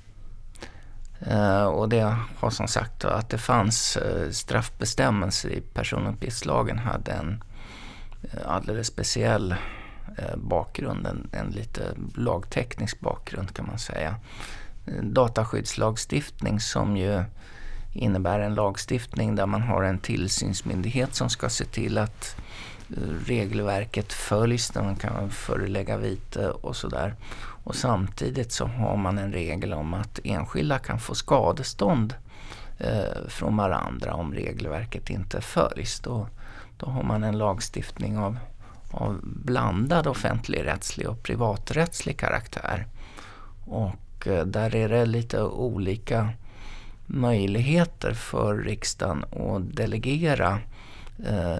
S3: Uh, och det har som sagt att det fanns uh, straffbestämmelser i personuppgiftslagen hade en uh, alldeles speciell uh, bakgrund, en, en lite lagteknisk bakgrund kan man säga. Uh, dataskyddslagstiftning som ju innebär en lagstiftning där man har en tillsynsmyndighet som ska se till att uh, regelverket följs, där man kan förelägga vite och sådär. Och samtidigt så har man en regel om att enskilda kan få skadestånd eh, från varandra om regelverket inte följs. Då, då har man en lagstiftning av, av blandad offentligrättslig och privaträttslig karaktär. Och eh, där är det lite olika möjligheter för riksdagen att delegera eh,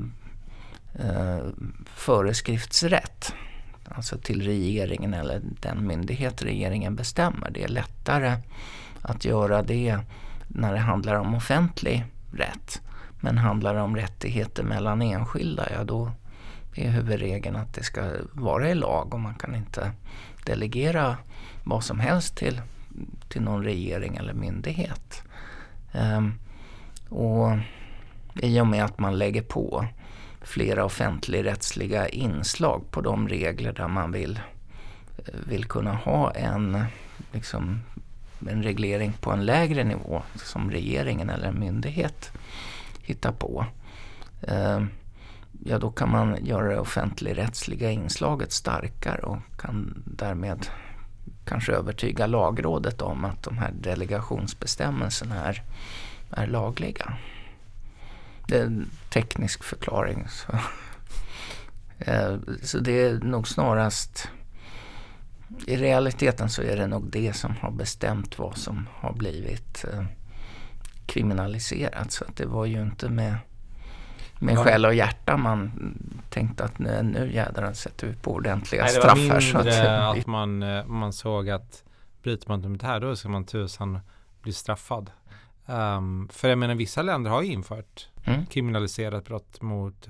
S3: eh, föreskriftsrätt. Alltså till regeringen eller den myndighet regeringen bestämmer. Det är lättare att göra det när det handlar om offentlig rätt. Men handlar det om rättigheter mellan enskilda, ja då är huvudregeln att det ska vara i lag och man kan inte delegera vad som helst till, till någon regering eller myndighet. Um, och i och med att man lägger på flera offentligrättsliga inslag på de regler där man vill, vill kunna ha en, liksom, en reglering på en lägre nivå som regeringen eller en myndighet hittar på. Eh, ja, då kan man göra det offentligrättsliga inslaget starkare och kan därmed kanske övertyga lagrådet om att de här delegationsbestämmelserna är, är lagliga. Det är en teknisk förklaring. Så, eh, så det är nog snarast, i realiteten så är det nog det som har bestämt vad som har blivit eh, kriminaliserat. Så att det var ju inte med, med ja. själ och hjärta man tänkte att nu, nu jädrar sätter vi på ordentliga
S1: Nej,
S3: straff här.
S1: Så att, att man, man såg att bryter man inte det här då ska man tusan bli straffad. Um, för jag menar vissa länder har ju infört mm. kriminaliserat brott mot,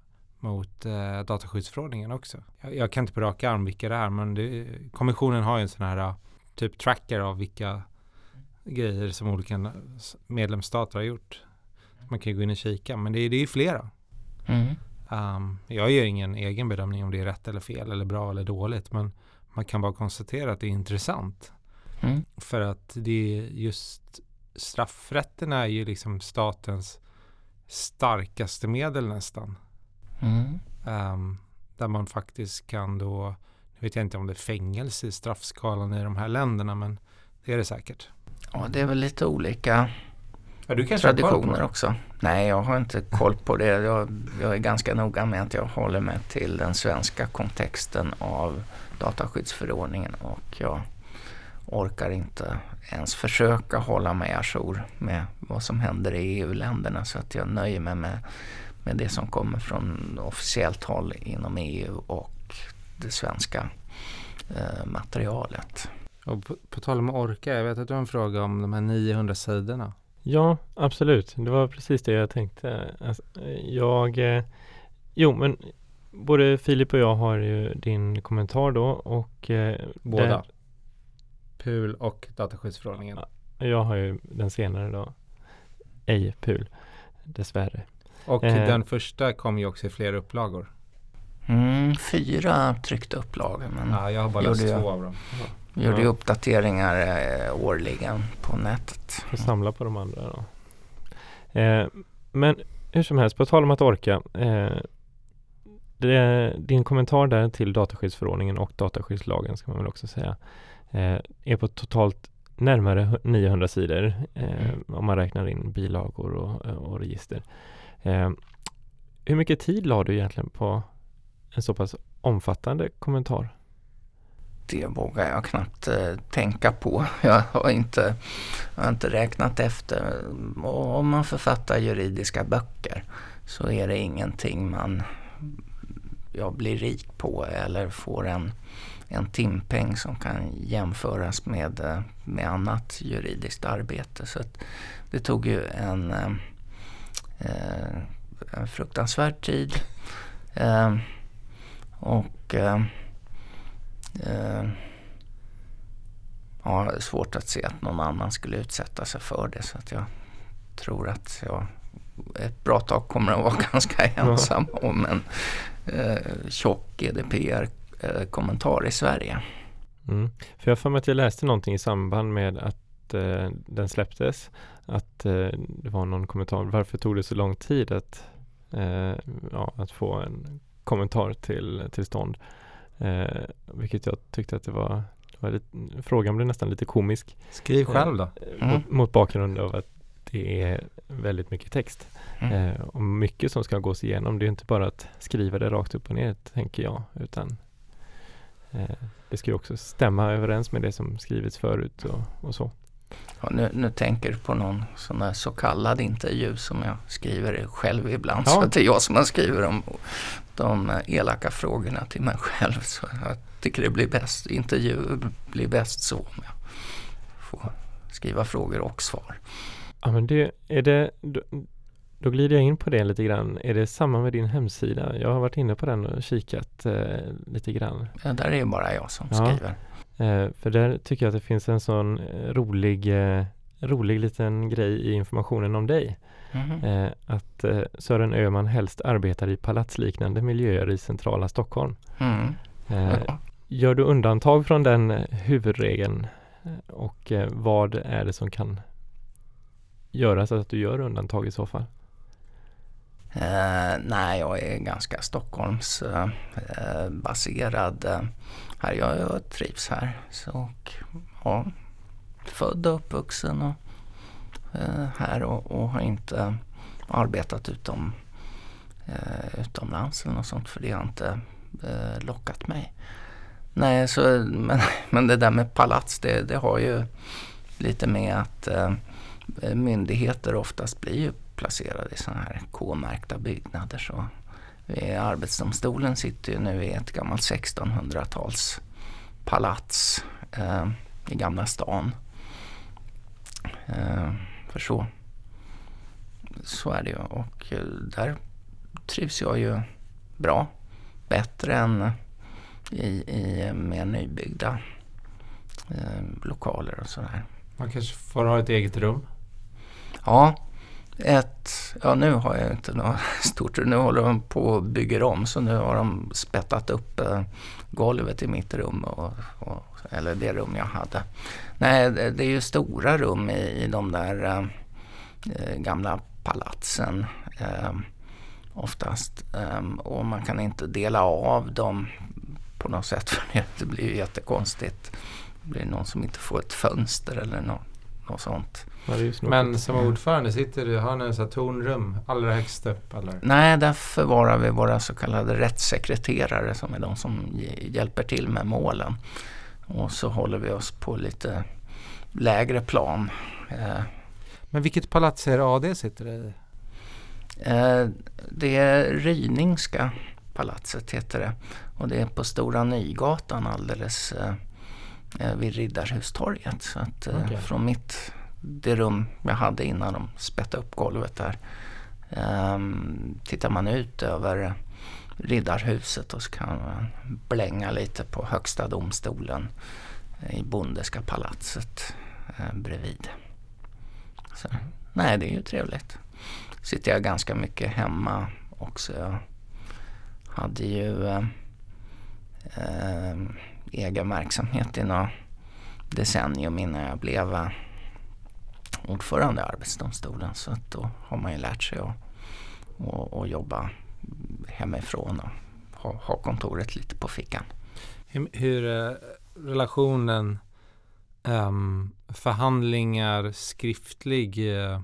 S1: mot uh, dataskyddsförordningen också. Jag, jag kan inte på raka arm vilka det är, men det, kommissionen har ju en sån här uh, typ tracker av vilka grejer som olika medlemsstater har gjort. Man kan ju gå in och kika, men det, det är ju flera.
S3: Mm.
S1: Um, jag gör ingen egen bedömning om det är rätt eller fel eller bra eller dåligt, men man kan bara konstatera att det är intressant.
S3: Mm.
S1: För att det är just straffrätten är ju liksom statens starkaste medel nästan.
S3: Mm.
S1: Um, där man faktiskt kan då, nu vet jag inte om det är fängelse i straffskalan i de här länderna, men det är det säkert.
S3: Ja, det är väl lite olika
S1: ja, du
S3: traditioner också. Nej, jag har inte koll på det. Jag, jag är ganska noga med att jag håller mig till den svenska kontexten av dataskyddsförordningen och jag orkar inte ens försöka hålla mig ajour med vad som händer i E U-länderna, så att jag nöjer mig med, med det som kommer från officiellt håll inom E U och det svenska eh, materialet.
S1: Och på, på tal om orka, jag vet att du har en fråga om de här niohundra sidorna.
S2: Ja, absolut. Det var precis det jag tänkte. Alltså, jag, eh, jo, men både Filip och jag har ju din kommentar då och eh,
S1: båda.
S2: Där,
S1: P U L och dataskyddsförordningen.
S2: Jag har ju den senare då. Ej P U L, dessvärre.
S1: Och eh. den första kom ju också i flera upplagor.
S3: Mm, fyra tryckta upplagor. Men
S1: ja, jag har bara läst två av dem.
S3: Ja. Gjorde ju uppdateringar eh, årligen på nätet.
S2: Får samla på de andra då. Eh, men hur som helst, på tal om att orka. Eh, det, din kommentar där till dataskyddsförordningen och dataskyddslagen ska man väl också säga eh, är på totalt närmare niohundra sidor eh, om man räknar in bilagor och, och register. Eh, hur mycket tid la du egentligen på en så pass omfattande kommentar?
S3: Det vågar jag knappt eh, tänka på. Jag har, inte, jag har inte räknat efter. Och om man författar juridiska böcker så är det ingenting man jag blir rik på eller får en, en timpeng som kan jämföras med, med annat juridiskt arbete. Så att det tog ju en, eh, en fruktansvärd tid. Eh, och eh, eh, ja, det är svårt att se att någon annan skulle utsätta sig för det, så att jag tror att jag ett bra tag kommer att vara ganska ensam om en eh, tjock G D P R-kommentar i Sverige.
S2: Mm. För jag får mig att jag läste någonting i samband med att eh, den släpptes, att eh, det var någon kommentar. Varför tog det så lång tid att, eh, ja, att få en kommentar till, till stånd? Eh, vilket jag tyckte att det var, det var lite, frågan blev nästan lite komisk.
S1: Skriv själv då.
S2: Mm. Mot, mot bakgrund av att det är väldigt mycket text.
S3: Mm.
S2: Eh, och mycket som ska gås igenom. Det är inte bara att skriva det rakt upp och ner, tänker jag. Utan eh, det ska ju också stämma överens med det som skrivits förut och, och så.
S3: Ja, nu, nu tänker du på någon sån där så kallad intervju som jag skriver själv ibland.
S2: Ja.
S3: Så att det är jag som har skrivit de, de elaka frågorna till mig själv. Så jag tycker det blir bäst. Intervju blir bäst så om jag får skriva frågor och svar.
S2: Ja, men det, är det, då, då glider jag in på det lite grann. Är det samma med din hemsida? Jag har varit inne på den och kikat eh, lite grann.
S3: Ja, där är ju bara jag som
S2: Ja.
S3: skriver.
S2: Eh, för där tycker jag att det finns en sån eh, rolig, eh, rolig liten grej i informationen om dig.
S3: Mm.
S2: Eh, att eh, Sören Öhman helst arbetar i palatsliknande miljöer i centrala Stockholm.
S3: Mm.
S2: Eh,
S3: Ja.
S2: Gör du undantag från den eh, huvudregeln? Eh, och eh, vad är det som kan göra så att du gör undantag i så fall?
S3: Eh, nej, jag är ganska Stockholms eh, baserad. Eh, här jag, jag trivs här. Så, och, ja, född och uppvuxen och, eh, här och, och har inte arbetat utom, eh, utomlands eller något sånt, för det har inte eh, lockat mig. Nej, så, men, men det där med palats, det, det har ju lite med att eh, myndigheter oftast blir ju placerade i sådana här K-märkta byggnader. Så Arbetsdomstolen sitter ju nu i ett gammalt sextonhundratals palats eh, i Gamla stan. Eh, för så, så är det ju. Och eh, där trivs jag ju bra. Bättre än i, i mer nybyggda eh, lokaler och sådär.
S1: Man kanske får ha ett eget rum.
S3: Ja, ett, ja nu har jag inte något stort, nu håller de på att bygga om, så nu har de spettat upp eh, golvet i mitt rum, och, och, eller det rum jag hade. Nej, det, det är ju stora rum i, i de där eh, gamla palatsen eh, oftast, eh, och man kan inte dela av dem på något sätt, för det blir ju jättekonstigt. Det blir någon som inte får ett fönster eller något, något sånt.
S1: Men som ordförande sitter du, har ni en sån här tornrum allra högst upp? Eller?
S3: Nej, där förvarar vi våra så kallade rättssekreterare, som är de som hjälper till med målen. Och så håller vi oss på lite lägre plan. Eh,
S1: Men vilket palats är det A D sitter det i?
S3: eh, det är Ryningska palatset heter det. Och det är på Stora Nygatan alldeles eh, vid Riddarhustorget. Så att eh,
S1: Okay.
S3: från mitt... det rum jag hade innan de spätte upp golvet där. Um, tittar man ut över Riddarhuset och så kan man blänga lite på Högsta domstolen i Bondeska palatset eh, bredvid. Så, nej, det är ju trevligt. Sitter jag ganska mycket hemma också. Jag hade ju eh, eh, egen verksamhet i några decennium innan jag blev eh, ordförande i Arbetsdomstolen, så att då har man ju lärt sig att, att, att jobba hemifrån och ha, ha kontoret lite på fickan.
S1: Hur, hur uh, relationen um, förhandlingar, skriftlig uh,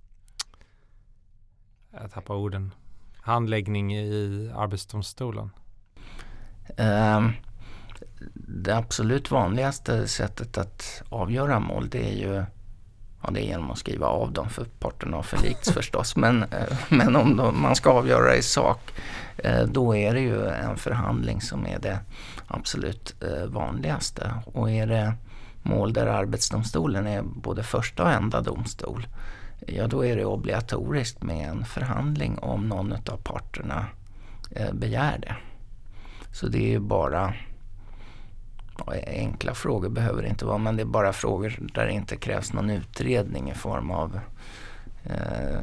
S1: jag tappar orden, handläggning i Arbetsdomstolen?
S3: Um, det absolut vanligaste sättet att avgöra mål, det är ju ja, det är genom att skriva av dem, för parterna har förlikts förstås. Men, men om de, man ska avgöra i sak, då är det ju en förhandling som är det absolut vanligaste. Och är det mål där Arbetsdomstolen är både första och enda domstol, ja då är det obligatoriskt med en förhandling om någon av parterna begär det. Så det är ju bara enkla frågor behöver det inte vara, men det är bara frågor där det inte krävs någon utredning i form av eh,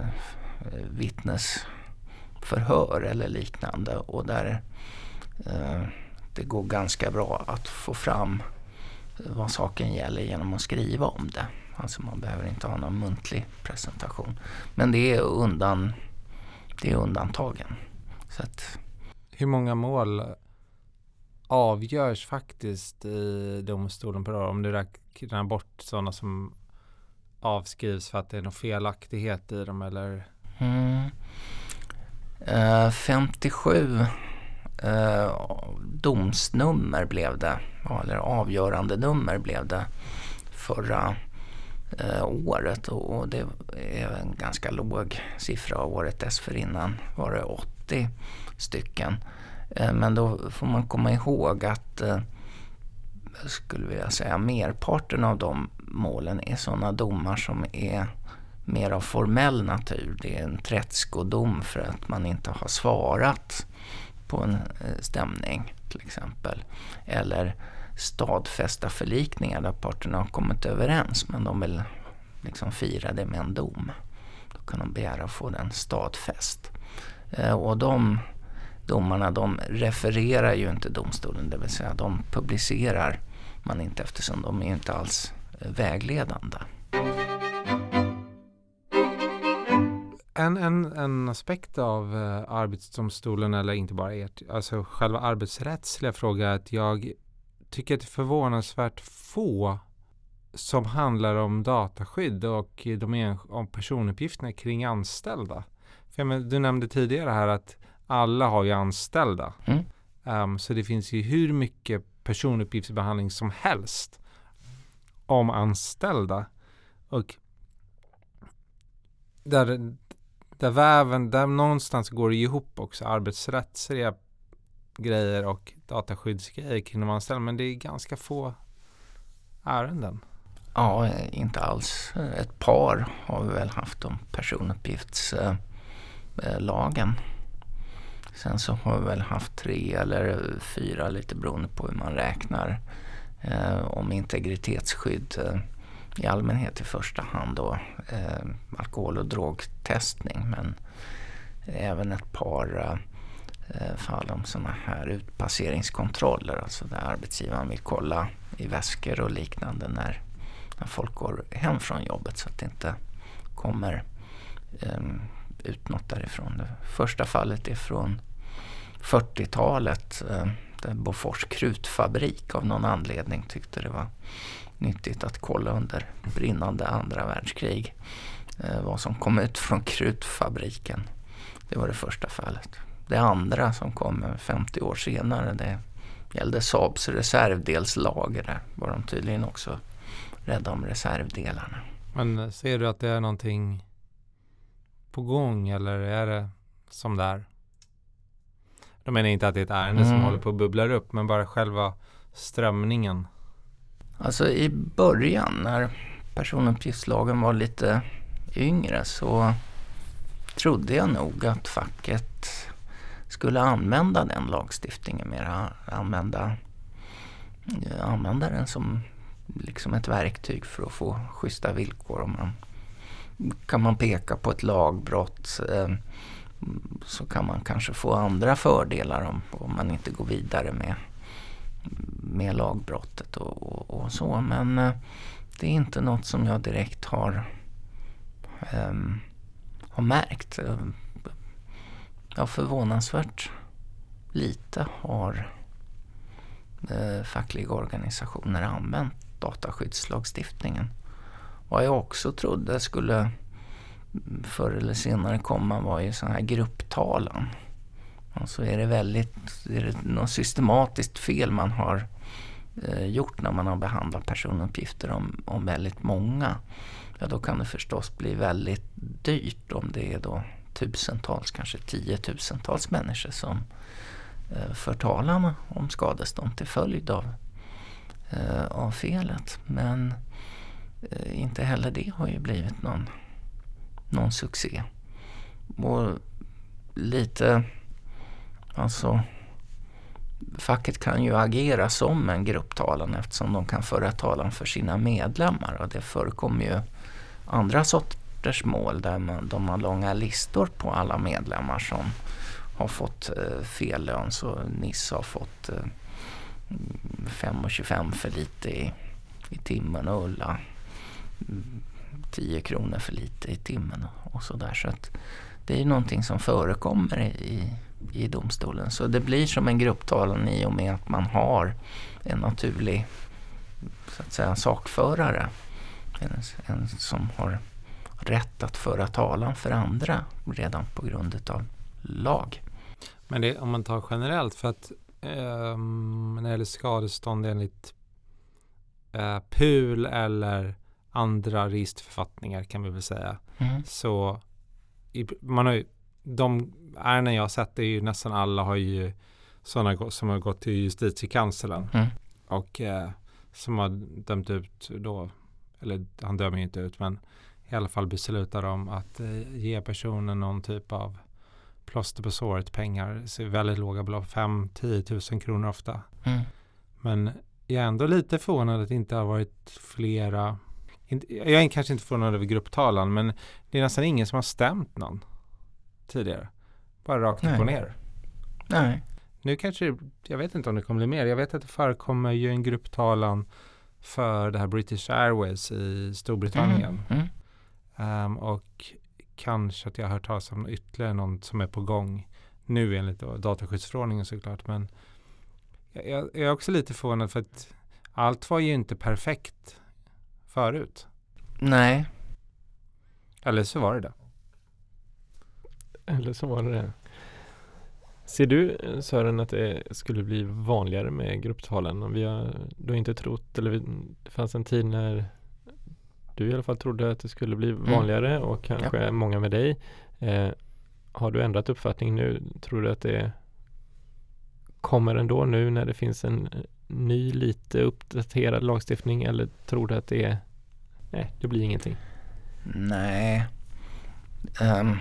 S3: vittnesförhör eller liknande, och där eh, det går ganska bra att få fram vad saken gäller genom att skriva om det. Alltså man behöver inte ha någon muntlig presentation. Men det är, undan, det är undantagen. Så att,
S1: hur många mål avgörs faktiskt i domstolen per år, om du räknar bort sådana som avskrivs för att det är någon felaktighet i dem, eller?
S3: Mm. Uh, femtiosju uh, domsnummer blev det, eller avgörande nummer blev det förra uh, året, och, och det är en ganska låg siffra. Året dessförinnan var det åttio stycken. Men då får man komma ihåg att jag skulle vilja säga merparten av de målen är sådana domar som är mer av formell natur. Det är en tredskodom för att man inte har svarat på en stämning till exempel. Eller stadfästa förlikningar där parterna har kommit överens men de vill liksom fira det med en dom. Då kan de begära att få den stadfäst. Och de domarna, de refererar ju inte domstolen, det vill säga de publicerar man inte, eftersom de är inte alls vägledande.
S1: En, en, en aspekt av uh, Arbetsdomstolen, eller inte bara ert, alltså själva arbetsrättsliga fråga, är att jag tycker att det är förvånansvärt få som handlar om dataskydd och de en, om personuppgifterna kring anställda. För, men, du nämnde tidigare här att alla har ju anställda.
S3: Mm.
S1: Um, så det finns ju hur mycket personuppgiftsbehandling som helst om anställda. Och där, där väven, där någonstans går det ihop också, arbetsrättsliga grejer och dataskyddsgrejer kring de anställda. Men det är ganska få ärenden.
S3: Ja, inte alls. Ett par har vi väl haft om personuppgiftslagen. Sen så har vi väl haft tre eller fyra, lite beroende på hur man räknar, eh, om integritetsskydd eh, i allmänhet i första hand då, eh, alkohol- och drogtestning, men även ett par eh, fall om sådana här utpasseringskontroller, alltså där arbetsgivaren vill kolla i väskor och liknande när, när folk går hem från jobbet så att det inte kommer eh, ut något därifrån. Det första fallet är från fyrtiotalet eh, där Bofors krutfabrik av någon anledning tyckte det var nyttigt att kolla under brinnande andra världskrig eh, vad som kom ut från krutfabriken. Det var det första fallet. Det andra som kom femtio år senare, det gällde Saabs reservdelslager. Där var de tydligen också rädda om reservdelarna.
S1: Men ser du att det är någonting på gång, eller är det som där? De menar inte att det är ett ärende mm. som håller på att bubbla upp, men bara själva strömningen.
S3: Alltså i början när personuppgiftslagen var lite yngre så trodde jag nog att facket skulle använda den lagstiftningen mer, använda, använda den som liksom ett verktyg för att få schyssta villkor. Om man, kan man peka på ett lagbrott eh, så kan man kanske få andra fördelar om, om man inte går vidare med, med lagbrottet och, och, och så. Men eh, det är inte något som jag direkt har, eh, har märkt. Jag är förvånansvärt lite har eh, fackliga organisationer använt dataskyddslagstiftningen. Vad jag också trodde skulle förr eller senare komma var ju sån här grupptalan. Alltså är det väldigt, är det något systematiskt fel man har eh, gjort när man har behandlat personuppgifter om, om väldigt många, ja då kan det förstås bli väldigt dyrt om det är då tusentals, kanske tiotusentals människor som eh, för talan om skadestånd till följd av, eh, av felet. Men eh, inte heller det har ju blivit någon, någon succé. Och lite, alltså facket kan ju agera som en grupptalan eftersom de kan föra talan för sina medlemmar, och det förekommer ju andra sorters mål där man, de har långa listor på alla medlemmar som har fått eh, fel lön. Så Nisse har fått eh, fem komma tjugofem för lite i, i timmen och Ulla tio kronor för lite i timmen och sådär. Så att det är ju någonting som förekommer i, i domstolen. Så det blir som en grupptalan i och med att man har en naturlig, så att säga, sakförare. En, en som har rätt att föra talan för andra redan på grund av lag.
S1: Men det, om man tar generellt, för att um, när det gäller skadestånd enligt uh, P U L eller andra registerförfattningar kan vi väl säga,
S3: Mm.
S1: så i, man har ju, de ärenden jag har sett är ju nästan alla har ju sådana som har gått till justitiekanslern
S3: Mm.
S1: och eh, som har dömt ut då, eller han dömer ju inte ut, men i alla fall beslutar om att eh, ge personen någon typ av plåster på såret, pengar, så väldigt låga belopp, fem till tio tusen kronor ofta.
S3: Mm.
S1: Men jag är ändå lite förvånad att det inte har varit flera, inte, jag är kanske inte förvånad över grupptalan, men det är nästan ingen som har stämt någon tidigare. Bara rakt upp och ner.
S3: Nej.
S1: Nu kanske, jag vet inte om det kommer bli mer. Jag vet att det förekommer ju en grupptalan för det här British Airways i Storbritannien.
S3: Mm. Mm.
S1: Um, och kanske att jag har hört talas om ytterligare någon som är på gång nu enligt då, dataskyddsförordningen såklart. Men jag, jag är också lite förvånad för att allt var ju inte perfekt förut.
S3: Nej.
S1: Eller så var det det.
S2: Eller så var det det. Ser du, Sören, att det skulle bli vanligare med grupptalen? Vi har då inte trott, eller vi, det fanns en tid när du i alla fall trodde att det skulle bli vanligare mm. och kanske ja. många med dig. Eh, har du ändrat uppfattning nu? Tror du att det kommer ändå nu när det finns en ny, lite uppdaterad lagstiftning, eller tror du att det är, nej, det blir ingenting?
S3: Nej. Um.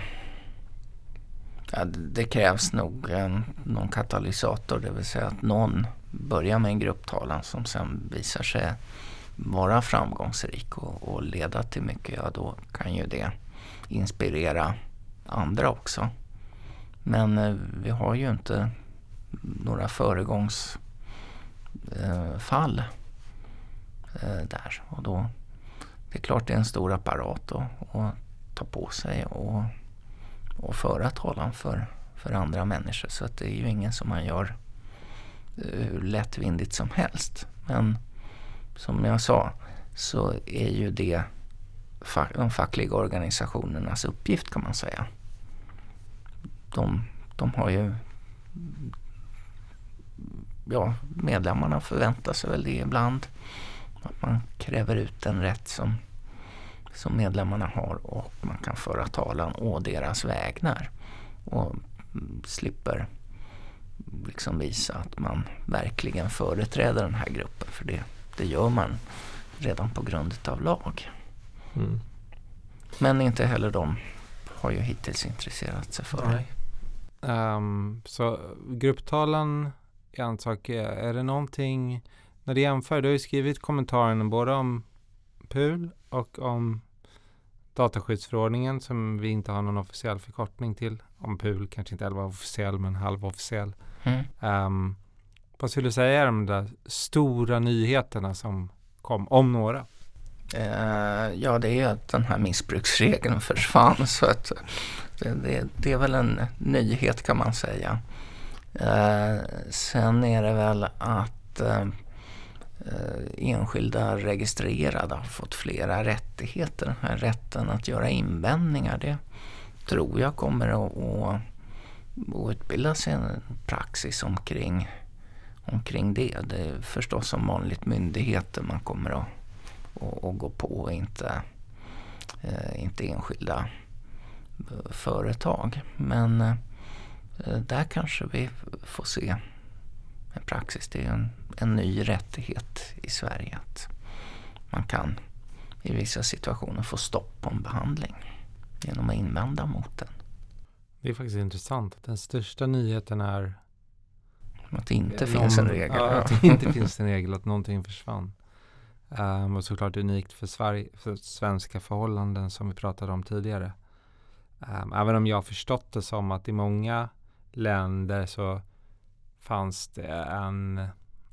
S3: Ja, det krävs nog en, någon katalysator, det vill säga att någon börjar med en grupptalan som sen visar sig vara framgångsrik och, och leda till mycket. Ja, då kan ju det inspirera andra också. Men eh, vi har ju inte några föregångsfall eh, eh, där. Och då, det är klart det är en stor apparat att, att ta på sig och och föra talan för, för andra människor. Så att det är ju ingen som man gör uh, lättvindigt som helst. Men som jag sa så är ju det fa- de fackliga organisationernas uppgift, kan man säga. De, de har ju, ja, medlemmarna förväntar sig väl det ibland. Att man kräver ut den rätt som som medlemmarna har och man kan föra talan å deras vägnar och slipper liksom visa att man verkligen företräder den här gruppen, för det, det gör man redan på grund av lag.
S2: Mm.
S3: Men inte heller de har ju hittills intresserat sig för det.
S1: Um, så grupptalan är en sak. Är det någonting, när du jämför, du har ju skrivit kommentaren både om P U L och om dataskyddsförordningen som vi inte har någon officiell förkortning till. Om P U L kanske inte var officiell men halvofficiell.
S3: Mm.
S1: Um, vad skulle du säga är de där stora nyheterna som kom, om några?
S3: Uh, ja, det är att den här missbruksregeln försvann, så att det, det, det är väl en nyhet, kan man säga. Eh, sen är det väl att eh, enskilda registrerade har fått flera rättigheter. Den här rätten att göra invändningar, det tror jag kommer att, att, att utbildas en praxis omkring, omkring det. Det är förstås som vanligt myndigheter man kommer att, att, att gå på, inte, inte enskilda företag. Men där kanske vi får se en praxis. Det är en, en ny rättighet i Sverige att man kan i vissa situationer få stopp på en behandling genom att invända mot den.
S1: Det är faktiskt intressant att den största nyheten är
S3: att det inte
S1: någon,
S3: finns en regel.
S1: Ja, att det inte finns en regel, att någonting försvann. Um, och såklart unikt för, Sverige, för svenska förhållanden som vi pratade om tidigare. Um, även om jag har förstått det som att i många länder så fanns det en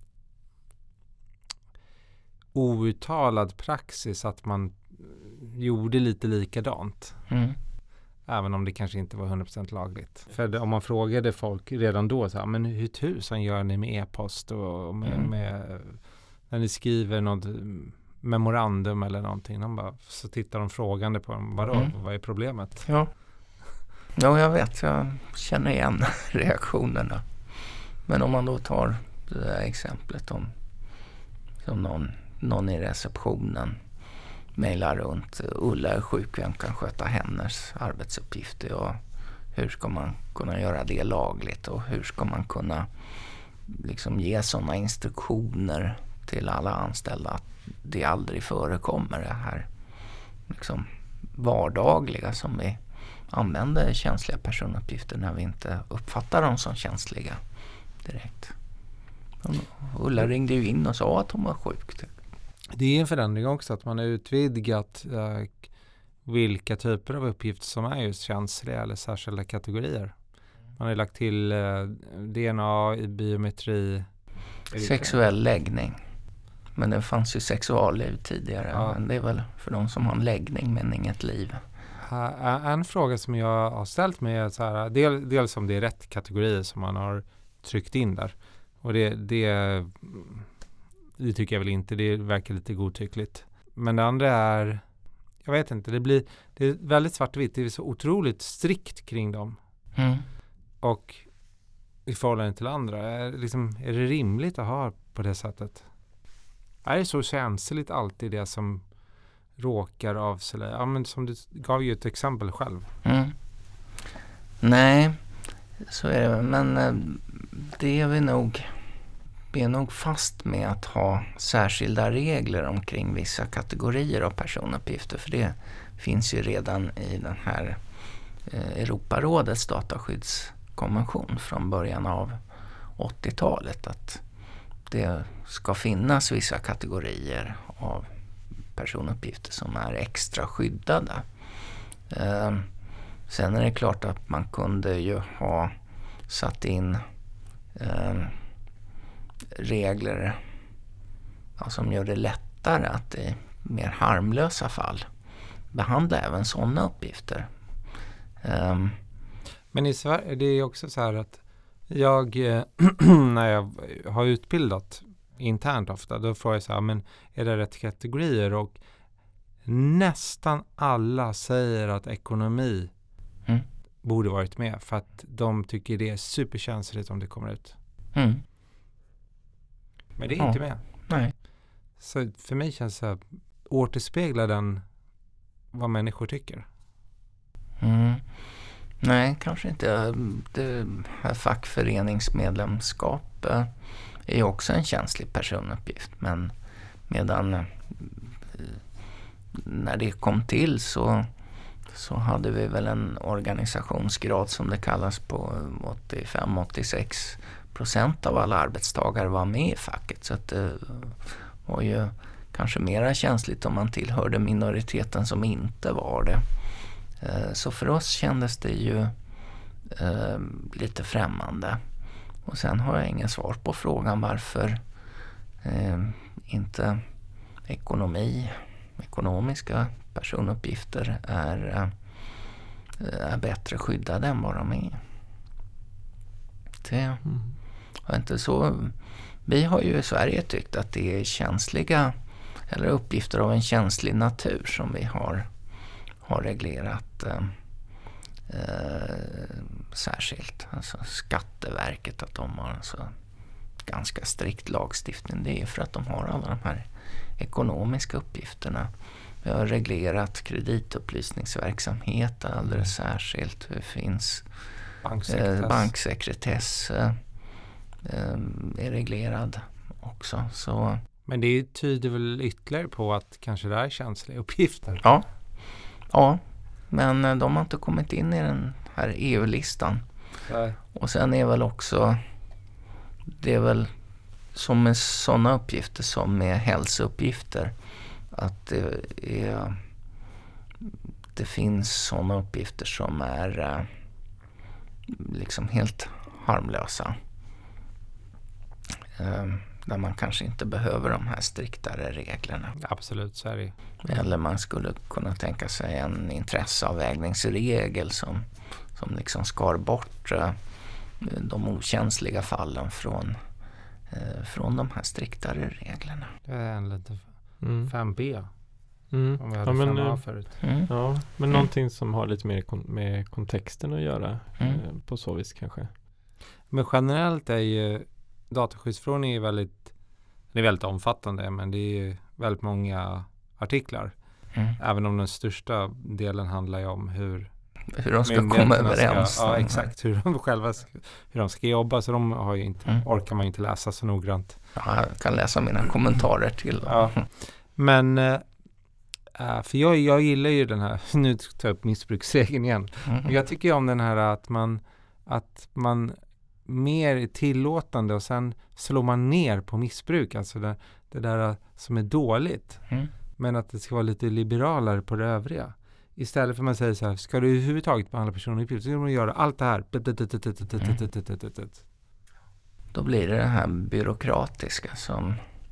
S1: outtalad praxis att man gjorde lite likadant.
S3: Mm.
S1: Även om det kanske inte var hundra procent lagligt. För om man frågade folk redan då så här, men hur tusan gör ni med e-post och med,
S3: Mm.
S1: med när ni skriver något memorandum eller någonting. De bara, så tittar de frågande på dem. Vadå?
S3: Mm.
S1: Vad är problemet?
S3: Ja. ja, jag vet. Jag känner igen reaktionerna. Men om man då tar det där exemplet om som någon, någon i receptionen mejlar runt. Ulla är sjuk, vem kan sköta hennes arbetsuppgifter? Och hur ska man kunna göra det lagligt? Och hur ska man kunna liksom ge sådana instruktioner till alla anställda att det aldrig förekommer det här liksom vardagliga som vi använder känsliga personuppgifter när vi inte uppfattar dem som känsliga direkt. Ulla ringde ju in och sa att hon var sjuk.
S1: Det är en förändring också att man har utvidgat eh, vilka typer av uppgifter som är just känsliga eller särskilda kategorier. Man har lagt till eh, D N A, biometri.
S3: Sexuell läggning. Men det fanns ju sexualliv tidigare.
S1: Ja.
S3: Men det är väl för de som har en läggning men inget liv.
S1: Uh, en fråga som jag har ställt mig är så här, del, dels om det är rätt kategorier som man har tryckt in där. Och det, det, det tycker jag väl inte. Det verkar lite godtyckligt. Men det andra är, jag vet inte, det blir det är väldigt svartvitt. Det är så otroligt strikt kring dem.
S3: Mm.
S1: Och i förhållande till andra, är, liksom, är det rimligt att ha på det sättet? Är det så känsligt alltid det som råkar avslöja? Ja, men som du gav ju ett exempel själv.
S3: Mm. Nej, så är det. Men eh, det är vi nog, vi är nog fast med att ha särskilda regler omkring vissa kategorier av personuppgifter. För det finns ju redan i den här eh, Europarådets dataskyddskonvention från början av åttiotalet. Att det ska finnas vissa kategorier av personuppgifter som är extra skyddade. Eh, sen är det klart att man kunde ju ha satt in eh, regler ja, som gör det lättare att i mer harmlösa fall behandla även sådana uppgifter. Eh,
S1: Men i Sverige, det är också så här att jag, när jag har utbildat internt ofta, då får jag så här, men är det rätt kategorier? Och nästan alla säger att ekonomi
S3: mm,
S1: borde varit med för att de tycker det är superkänsligt om det kommer ut.
S3: mm,
S1: Men det är
S3: Ja.
S1: inte med.
S3: nej.
S1: Så för mig känns det så här, återspeglar den vad människor tycker.
S3: Mm. Nej, kanske inte. Det här fackföreningsmedlemskap eh, är ju också en känslig personuppgift. Men medan eh, när det kom till så, så hade vi väl en organisationsgrad som det kallas på åttiofem till åttiosex procent av alla arbetstagare var med i facket. Så att det var ju kanske mera känsligt om man tillhörde minoriteten som inte var det. Så för oss kändes det ju eh, lite främmande. Och sen har jag ingen svar på frågan varför eh, inte ekonomi, ekonomiska personuppgifter är, eh, är bättre skyddade än vad de är. Det
S2: Mm.
S3: är inte så. Vi har ju i Sverige tyckt att det är känsliga eller uppgifter av en känslig natur som vi har, har reglerat eh, eh, särskilt. Alltså Skatteverket, att de har alltså ganska strikt lagstiftning. Det är för att de har alla de här ekonomiska uppgifterna. Vi har reglerat kreditupplysningsverksamhet alldeles särskilt. Det finns
S1: Banksekretess.
S3: eh, banksekretess eh, eh, är reglerad också. Så
S1: Men det tyder väl ytterligare på att kanske det är känsliga uppgifter.
S3: ja, ja, men eh, de har inte kommit in i den här E U-listan.
S1: Nej.
S3: Och sen är väl också, det är väl som med sådana uppgifter som med hälsouppgifter, att det, är, det finns sådana uppgifter som är eh, liksom helt harmlösa. Eh, där man kanske inte behöver de här striktare reglerna.
S1: Absolut, så är det.
S3: Eller man skulle kunna tänka sig en intresseavvägningsregel som, som liksom skar bort eh, de okänsliga fallen från, eh, från de här striktare reglerna.
S1: Det är en liten
S2: Mm.
S1: fem B.
S2: Mm.
S1: Om vi hade
S2: Ja, men,
S1: fem A
S2: eh,
S1: förut.
S3: Mm.
S2: ja, men
S3: Mm.
S2: någonting som har lite mer kon- med kontexten att göra
S3: Mm.
S2: eh, på så vis kanske.
S1: Men generellt är ju dataskyddsförordningen väldigt, det är väldigt omfattande, men det är ju väldigt många artiklar.
S3: Mm.
S1: Även om den största delen handlar ju om hur
S3: Hur de ska komma
S1: myndigheterna
S3: överens.
S1: Ska, ja, exakt. Hur de själva ska, hur de ska jobba. Så de har ju inte,
S3: Mm.
S1: orkar man ju inte läsa så noggrant.
S3: Ja, jag kan läsa mina kommentarer till dem.
S1: Ja. Men äh, för jag, jag gillar ju den här, nu tar jag upp missbruksregeln igen.
S3: Mm.
S1: Men jag tycker ju om den här att man, att man mer är tillåtande och sen slår man ner på missbruk. Alltså det, det där som är dåligt.
S3: Mm.
S1: Men att det ska vara lite liberalare på det övriga. Istället för att man säger så här, ska du överhuvudtaget behandla personuppgifter så ska man göra allt det här.
S3: Då blir det det här byråkratiska som,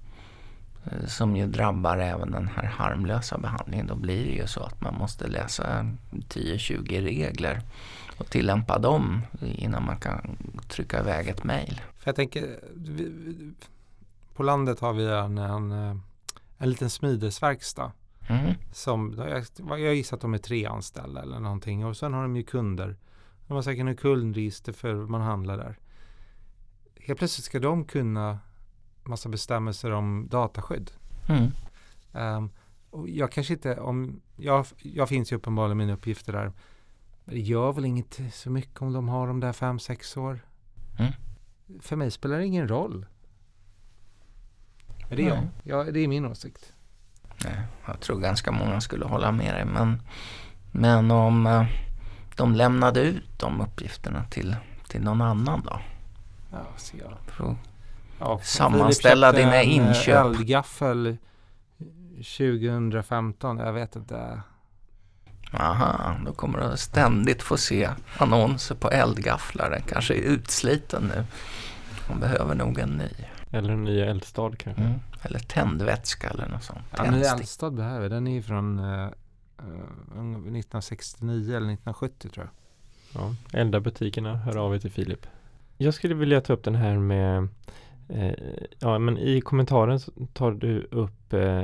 S3: som ju drabbar även den här harmlösa behandlingen. Då blir det ju så att man måste läsa tio tjugo regler och tillämpa dem innan man kan trycka iväg ett mejl.
S1: För jag tänker, vi, på landet har vi en, en, en liten smidesverkstad.
S3: Mm.
S1: Som, jag, jag gissar att de är tre anställda eller någonting. Och sen har de ju kunder. De har säkert en kundregister för man handlar där. Helt plötsligt ska de kunna massa bestämmelser om dataskydd.
S3: Mm.
S1: Um, och jag kanske inte, om jag, jag finns ju uppenbarligen mina uppgifter där. Men det gör väl inget så mycket om de har dem där fem, sex år.
S3: Mm.
S1: För mig spelar det ingen roll. Är det, jag? Ja, det är min åsikt.
S3: Nej, jag tror ganska många skulle hålla med dig. Men, men om eh, de lämnade ut de uppgifterna till, till någon annan då?
S1: Ja, så jag.
S3: För,
S1: Ja,
S3: sammanställa
S1: Filip köpte
S3: dina
S1: en,
S3: inköp.
S1: eh, eldgaffel tjugohundrafemton, jag vet inte.
S3: aha, då kommer du ständigt få se annonser på eldgafflar. Den kanske är utsliten nu. Man behöver nog en ny.
S2: Eller en ny eldstad kanske.
S3: Mm. Eller tändvätska eller något sånt.
S1: Ja, men
S3: Tändstick.
S1: Eldstad behöver, den är ju från uh, nittonhundrasextionio eller nittonhundrasjuttio tror jag.
S2: Ja, elda butikerna, hör av er till Filip. Jag skulle vilja ta upp den här med eh, ja, men i kommentaren så tar du upp eh,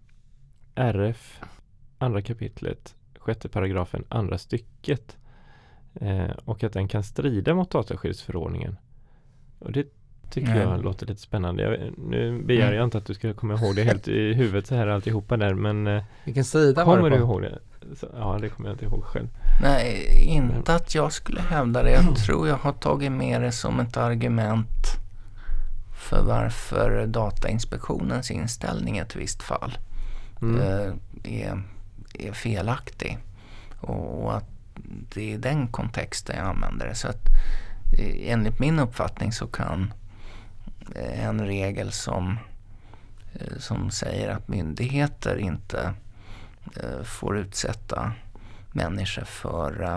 S2: R F andra kapitlet, sjätte paragrafen, andra stycket eh, och att den kan strida mot dataskyddsförordningen. Och det tycker
S3: Nej.
S2: jag låter lite spännande. Jag, nu begär
S3: Mm.
S2: jag inte att du ska komma ihåg det helt i huvudet så här alltihopa där, men eh,
S1: Vilken sida var
S2: kommer
S1: det
S2: du
S1: på?
S2: ihåg det? Så, ja, det kommer jag inte ihåg själv.
S3: Nej, inte att jag skulle hävda det. Jag tror jag har tagit med det som ett argument för varför Datainspektionens inställning i ett visst fall
S2: Mm.
S3: eh, är, är felaktig. Och att det är den kontexten jag använder det. Så att eh, enligt min uppfattning så kan eh, en regel som, eh, som säger att myndigheter inte eh, får utsätta människor för, eh,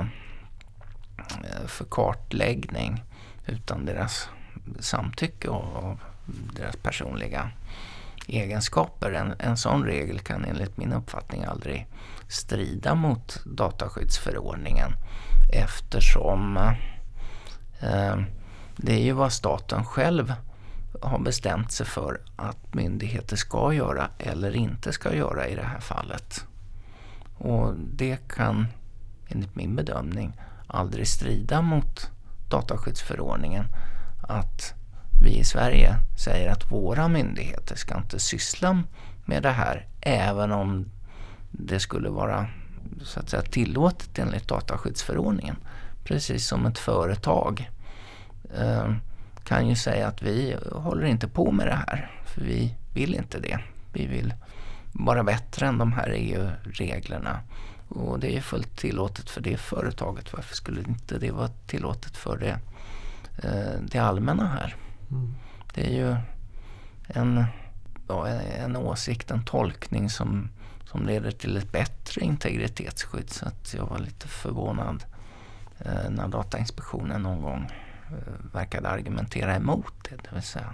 S3: för kartläggning utan deras samtycke och, och deras personliga egenskaper. En, en sån regel kan enligt min uppfattning aldrig strida mot dataskyddsförordningen eftersom eh, det är ju vad staten själv har bestämt sig för att myndigheter ska göra eller inte ska göra i det här fallet. Och det kan enligt min bedömning aldrig strida mot dataskyddsförordningen att vi i Sverige säger att våra myndigheter ska inte syssla med det här även om det skulle vara så att säga tillåtet enligt dataskyddsförordningen. Precis som ett företag eh, kan ju säga att vi håller inte på med det här för vi vill inte det. Vi vill vara bättre än de här E U-reglerna och det är fullt tillåtet för det företaget. Varför skulle inte det vara tillåtet för det, eh, det allmänna här? Mm. Det är ju en, ja, en åsikt, en tolkning som, som leder till ett bättre integritetsskydd, så att jag var lite förvånad eh, när Datainspektionen någon gång eh, verkade argumentera emot det. Det vill säga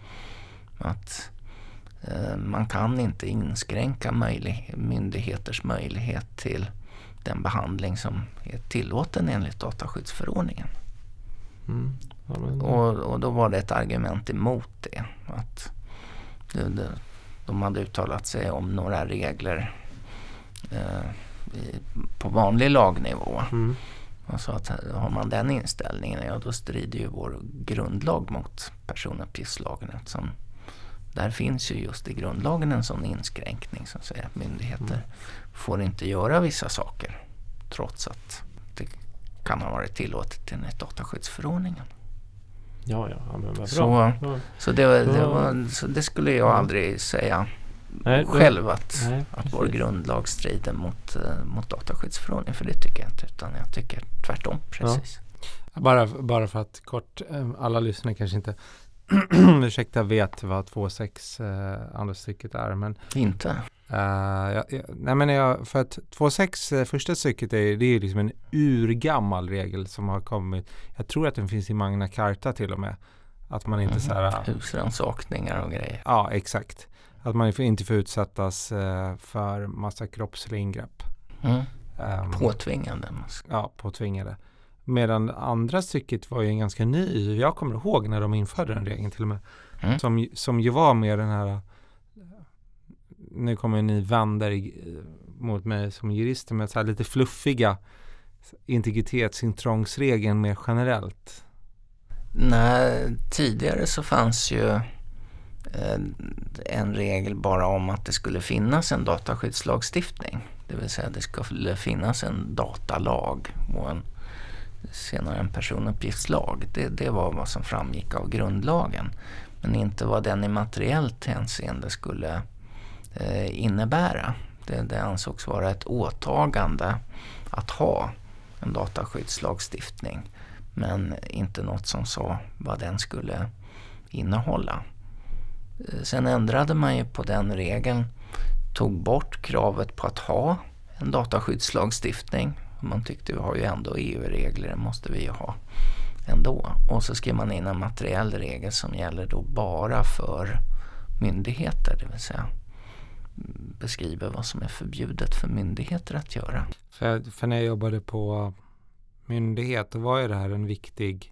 S3: att eh, man kan inte inskränka möjlig, myndigheters möjlighet till den behandling som är tillåten enligt dataskyddsförordningen. Mm. Ja, men... och, och då var det ett argument emot det. Att det, det, de hade uttalat sig om några regler eh, i, på vanlig lagnivå. Mm. Och så att har man den inställningen, ja, då strider ju vår grundlag mot personuppgiftslagen. Eftersom där finns ju just i grundlagen en sån inskränkning som säger att myndigheter mm. får inte göra vissa saker trots att det kan ha varit tillåtet enligt dataskyddsförordningen.
S2: Ja, ja, men vad bra.
S3: Så,
S2: ja.
S3: så, det, var, det var, så det skulle jag aldrig säga nej, själv att, nej, att vår grundlag strider mot, mot dataskyddsförordningen, för det tycker jag inte, utan jag tycker tvärtom precis.
S1: Ja. Bara, bara för att kort, alla lyssnare kanske inte ursäkta vet vad två sex eh, andra stycket är, men
S3: inte.
S1: Uh, ja, ja, nej men jag, för att två sex eh, första stycket är, det är liksom en urgammal regel som har kommit, jag tror att den finns i Magna Carta till och med, att man inte mm, så här,
S3: husrannsakningar och grejer.
S1: Ja, exakt. Att man inte får utsättas eh, för massa kroppsliga ingrepp.
S3: Mm. Um, påtvingande.
S1: Ja, påtvingade. Medan andra stycket var ju en ganska ny, jag kommer ihåg när de införde den regeln till och med, mm. som, som ju var med den här, nu kommer ni vänder mot mig som jurist, med så här lite fluffiga integritetsintrångsregeln mer generellt.
S3: Nej, tidigare så fanns ju eh, en regel bara om att det skulle finnas en dataskyddslagstiftning. Det vill säga att det skulle finnas en datalag och en, senare en personuppgiftslag. Det, det var vad som framgick av grundlagen. Men inte vad den i materiellt hänseende skulle eh, innebära. Det, det ansågs vara ett åtagande att ha en dataskyddslagstiftning, men inte något som sa vad den skulle innehålla. Sen ändrade man ju på den regeln, tog bort kravet på att ha en dataskyddslagstiftning. Man tyckte vi har ju ändå E U-regler, det måste vi ju ha ändå. Och så skrev man in en materiell regel som gäller då bara för myndigheter, det vill säga beskriver vad som är förbjudet för myndigheter att göra.
S1: För, för när jag jobbade på myndighet, då var ju det här en viktig,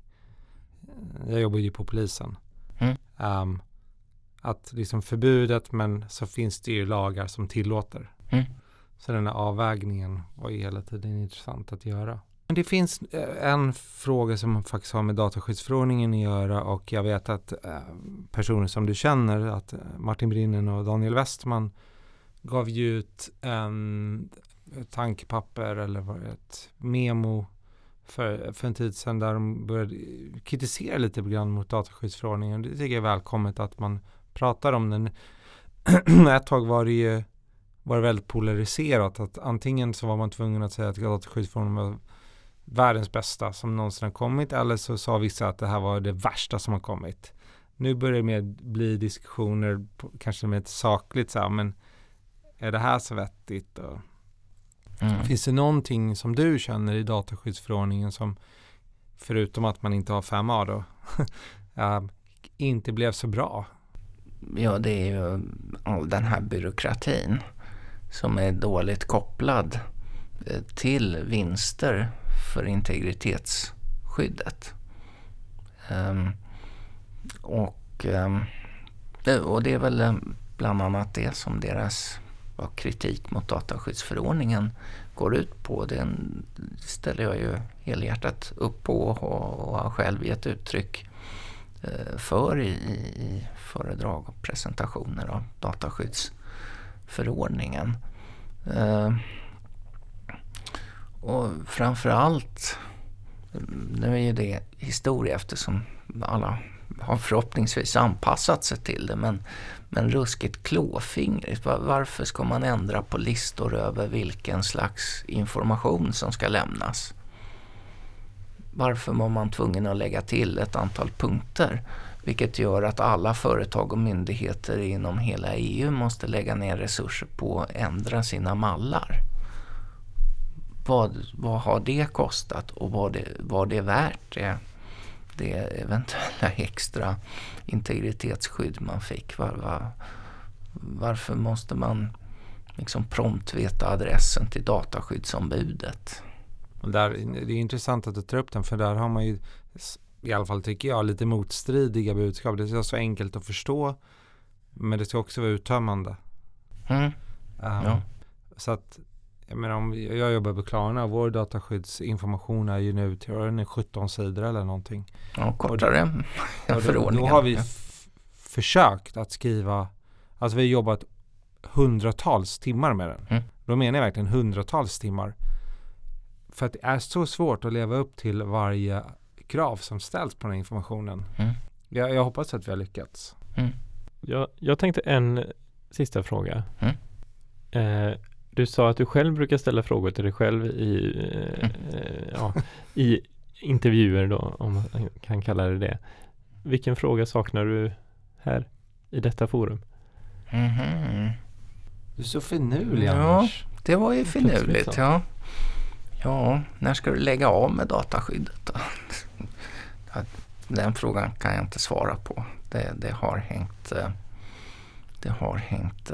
S1: jag jobbade ju på polisen, mm. um, att liksom förbudet, men så finns det ju lagar som tillåter. Mm. Så den här avvägningen var ju hela tiden intressant att göra. Men det finns en fråga som faktiskt har med dataskyddsförordningen att göra, och jag vet att äh, personer som du känner, att Martin Brinnen och Daniel Westman gav ju ut en tankepapper eller ett memo för, för en tid sedan där de började kritisera lite grann mot dataskyddsförordningen. Det tycker jag är välkommet att man pratar om den. Ett tag var det ju var det väldigt polariserat, att antingen så var man tvungen att säga att dataskyddsförordningen var världens bästa som någonsin har kommit, eller så sa vissa att det här var det värsta som har kommit. Nu börjar det med bli diskussioner på, kanske med ett sakligt så här, men är det här så vettigt? Och mm. Finns det någonting som du känner i dataskyddsförordningen som, förutom att man inte har fem A då, äh, inte blev så bra?
S3: Ja, det är ju all den här byråkratin som är dåligt kopplad till vinster för integritetsskyddet. Um, och, um, och det är väl bland annat det som deras ja, kritik mot dataskyddsförordningen går ut på. Den ställer jag ju helhjärtat upp på och, och har själv gett uttryck uh, för i, i föredrag och presentationer av dataskyddsförordningen. Uh, och framförallt, nu är ju det historia eftersom alla har förhoppningsvis anpassat sig till det, men, men ruskigt klåfingrigt. Var, varför ska man ändra på listor över vilken slags information som ska lämnas? Varför var man tvungen att lägga till ett antal punkter, vilket gör att alla företag och myndigheter inom hela E U måste lägga ner resurser på att ändra sina mallar? Vad, vad har det kostat och vad det, vad det är värt det, det eventuella extra integritetsskydd man fick? Var, var, varför måste man liksom prompt veta adressen till dataskyddsombudet?
S1: Och där, det är intressant att du tar upp den, för där har man ju, i alla fall tycker jag, lite motstridiga budskap. Det är så enkelt att förstå, men det ska också vara uttömmande.
S3: Mm.
S1: Um,
S3: ja.
S1: Så att jag menar, om jag jobbar på Klarna, vår dataskyddsinformation är ju nu till sjutton sidor eller någonting.
S3: Ja, kortare än förordningen.
S1: Då har vi f- försökt att skriva, alltså vi har jobbat hundratals timmar med den.
S3: Mm.
S1: Då menar jag verkligen hundratals timmar. För att det är så svårt att leva upp till varje krav som ställs på den informationen.
S3: Mm.
S1: Jag, jag hoppas att vi har lyckats.
S3: Mm.
S2: Jag, jag tänkte en sista fråga.
S3: Mm.
S2: Eh, du sa att du själv brukar ställa frågor till dig själv i, eh, eh, ja, i intervjuer då, om man kan kalla det det. Vilken fråga saknar du här i detta forum?
S3: Mm-hmm.
S1: Du är så finurlig,
S3: Ja,
S1: Anders.
S3: det var ju finurligt.
S2: så.
S3: Ja. ja, när ska du lägga av med dataskyddet då? Den frågan kan jag inte svara på. Det, det har hängt, det har hängt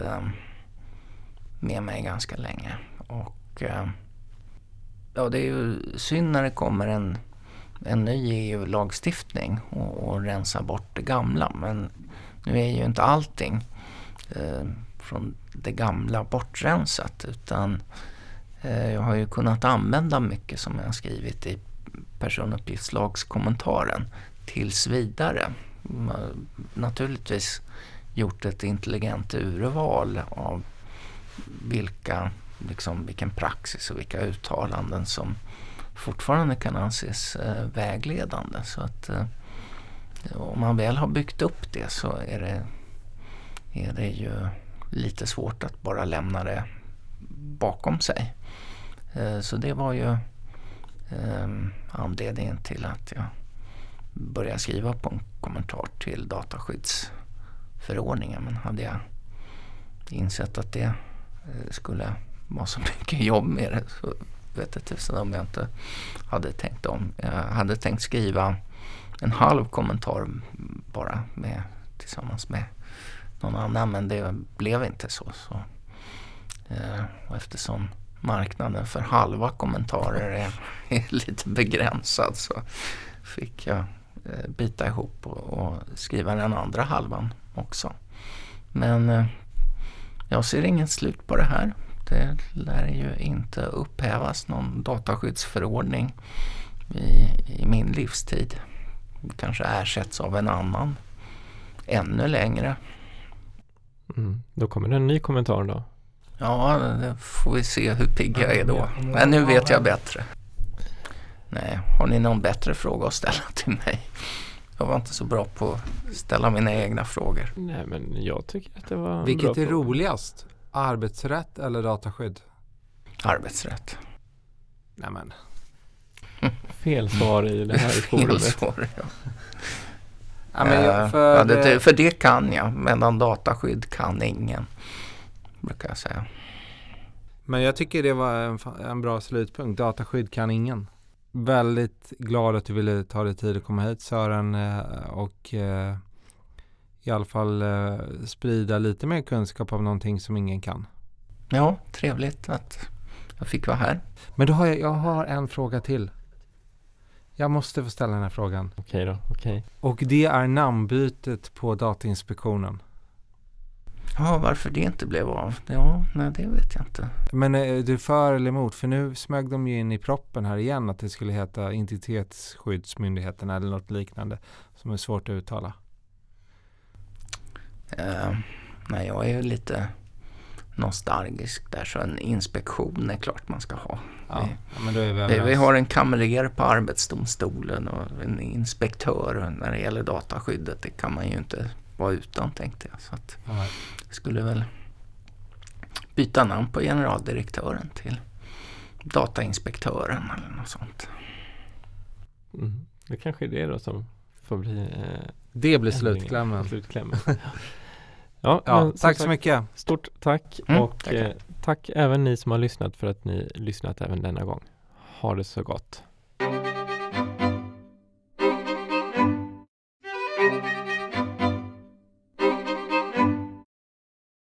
S3: med mig ganska länge. Och ja, det är ju synd när det kommer en, en ny E U-lagstiftning och, och rensa bort det gamla. Men nu är ju inte allting eh, från det gamla bortrensat, utan eh, jag har ju kunnat använda mycket som jag har skrivit i personuppgiftslagskommentaren tills vidare. Naturligtvis gjort ett intelligent urval av vilka, liksom, vilken praxis och vilka uttalanden som fortfarande kan anses eh, vägledande. Så att eh, om man väl har byggt upp det så är det, är det ju lite svårt att bara lämna det bakom sig. Eh, så det var ju eh, anledningen till att jag började skriva på en kommentar till dataskyddsförordningen. Men hade jag insett att det skulle vara så mycket jobb med det, så vet jag tusen om jag inte hade tänkt om. Jag hade tänkt skriva en halv kommentar bara med, tillsammans med någon annan, men det blev inte så. så eh, och eftersom marknaden för halva kommentarer är, är lite begränsad, så fick jag eh, bita ihop och, och skriva den andra halvan också. Men eh, jag ser ingen slut på det här. Det lär ju inte upphävas någon dataskyddsförordning i, i min livstid. Kanske ersätts av en annan ännu längre.
S2: Mm. Då kommer det en ny kommentar då.
S3: Ja, det får vi se hur pigg jag är då. Men nu vet jag bättre. Nej, har ni någon bättre fråga att ställa till mig? Jag var inte så bra på att ställa mina egna frågor.
S2: Nej, men jag tycker att det var en
S1: Vilket
S2: bra
S1: är
S2: fråga.
S1: roligast? Arbetsrätt eller dataskydd?
S3: Arbetsrätt.
S1: Nämen.
S2: Fel svar i det här
S3: Fel
S2: forumet.
S3: svar, ja.
S1: Ja, men jag, för,
S3: ja, det, för det kan jag, medan dataskydd kan ingen, brukar jag säga.
S1: Men jag tycker det var en, en bra slutpunkt. Dataskydd kan ingen. Väldigt glad att du ville ta dig tid att komma hit, Sören, och eh, i alla fall eh, sprida lite mer kunskap om någonting som ingen kan.
S3: Ja, trevligt att jag fick vara här.
S1: Men då har jag, jag har en fråga till. Jag måste få ställa den här frågan.
S2: Okej då, okej.
S1: Och det är namnbytet på Datainspektionen.
S3: Ja, varför det inte blev av? Ja, nej, det vet jag inte.
S1: Men är du för eller emot? För nu smög de ju in i proppen här igen att det skulle heta Integritetsskyddsmyndigheten eller något liknande som är svårt att uttala.
S3: Uh, nej, jag är ju lite nostalgisk där, så en inspektion är klart man ska ha.
S1: Ja,
S3: vi,
S1: men då är vi,
S3: vi, vi har en kamrer på Arbetsdomstolen och en inspektör när det gäller dataskyddet. Det kan man ju inte vara utan, tänkte jag. Så att
S1: ja.
S3: jag skulle väl byta namn på generaldirektören till datainspektören eller något sånt.
S2: Mm. Det kanske är det då som får bli eh,
S1: det blir slutklämmen.
S2: slutklämmen. Ja,
S1: ja,
S2: men,
S1: tack
S2: sagt,
S1: så mycket.
S2: Stort tack
S3: Mm,
S2: och eh, tack även ni som har lyssnat för att ni lyssnat även denna gång. Ha det så gott.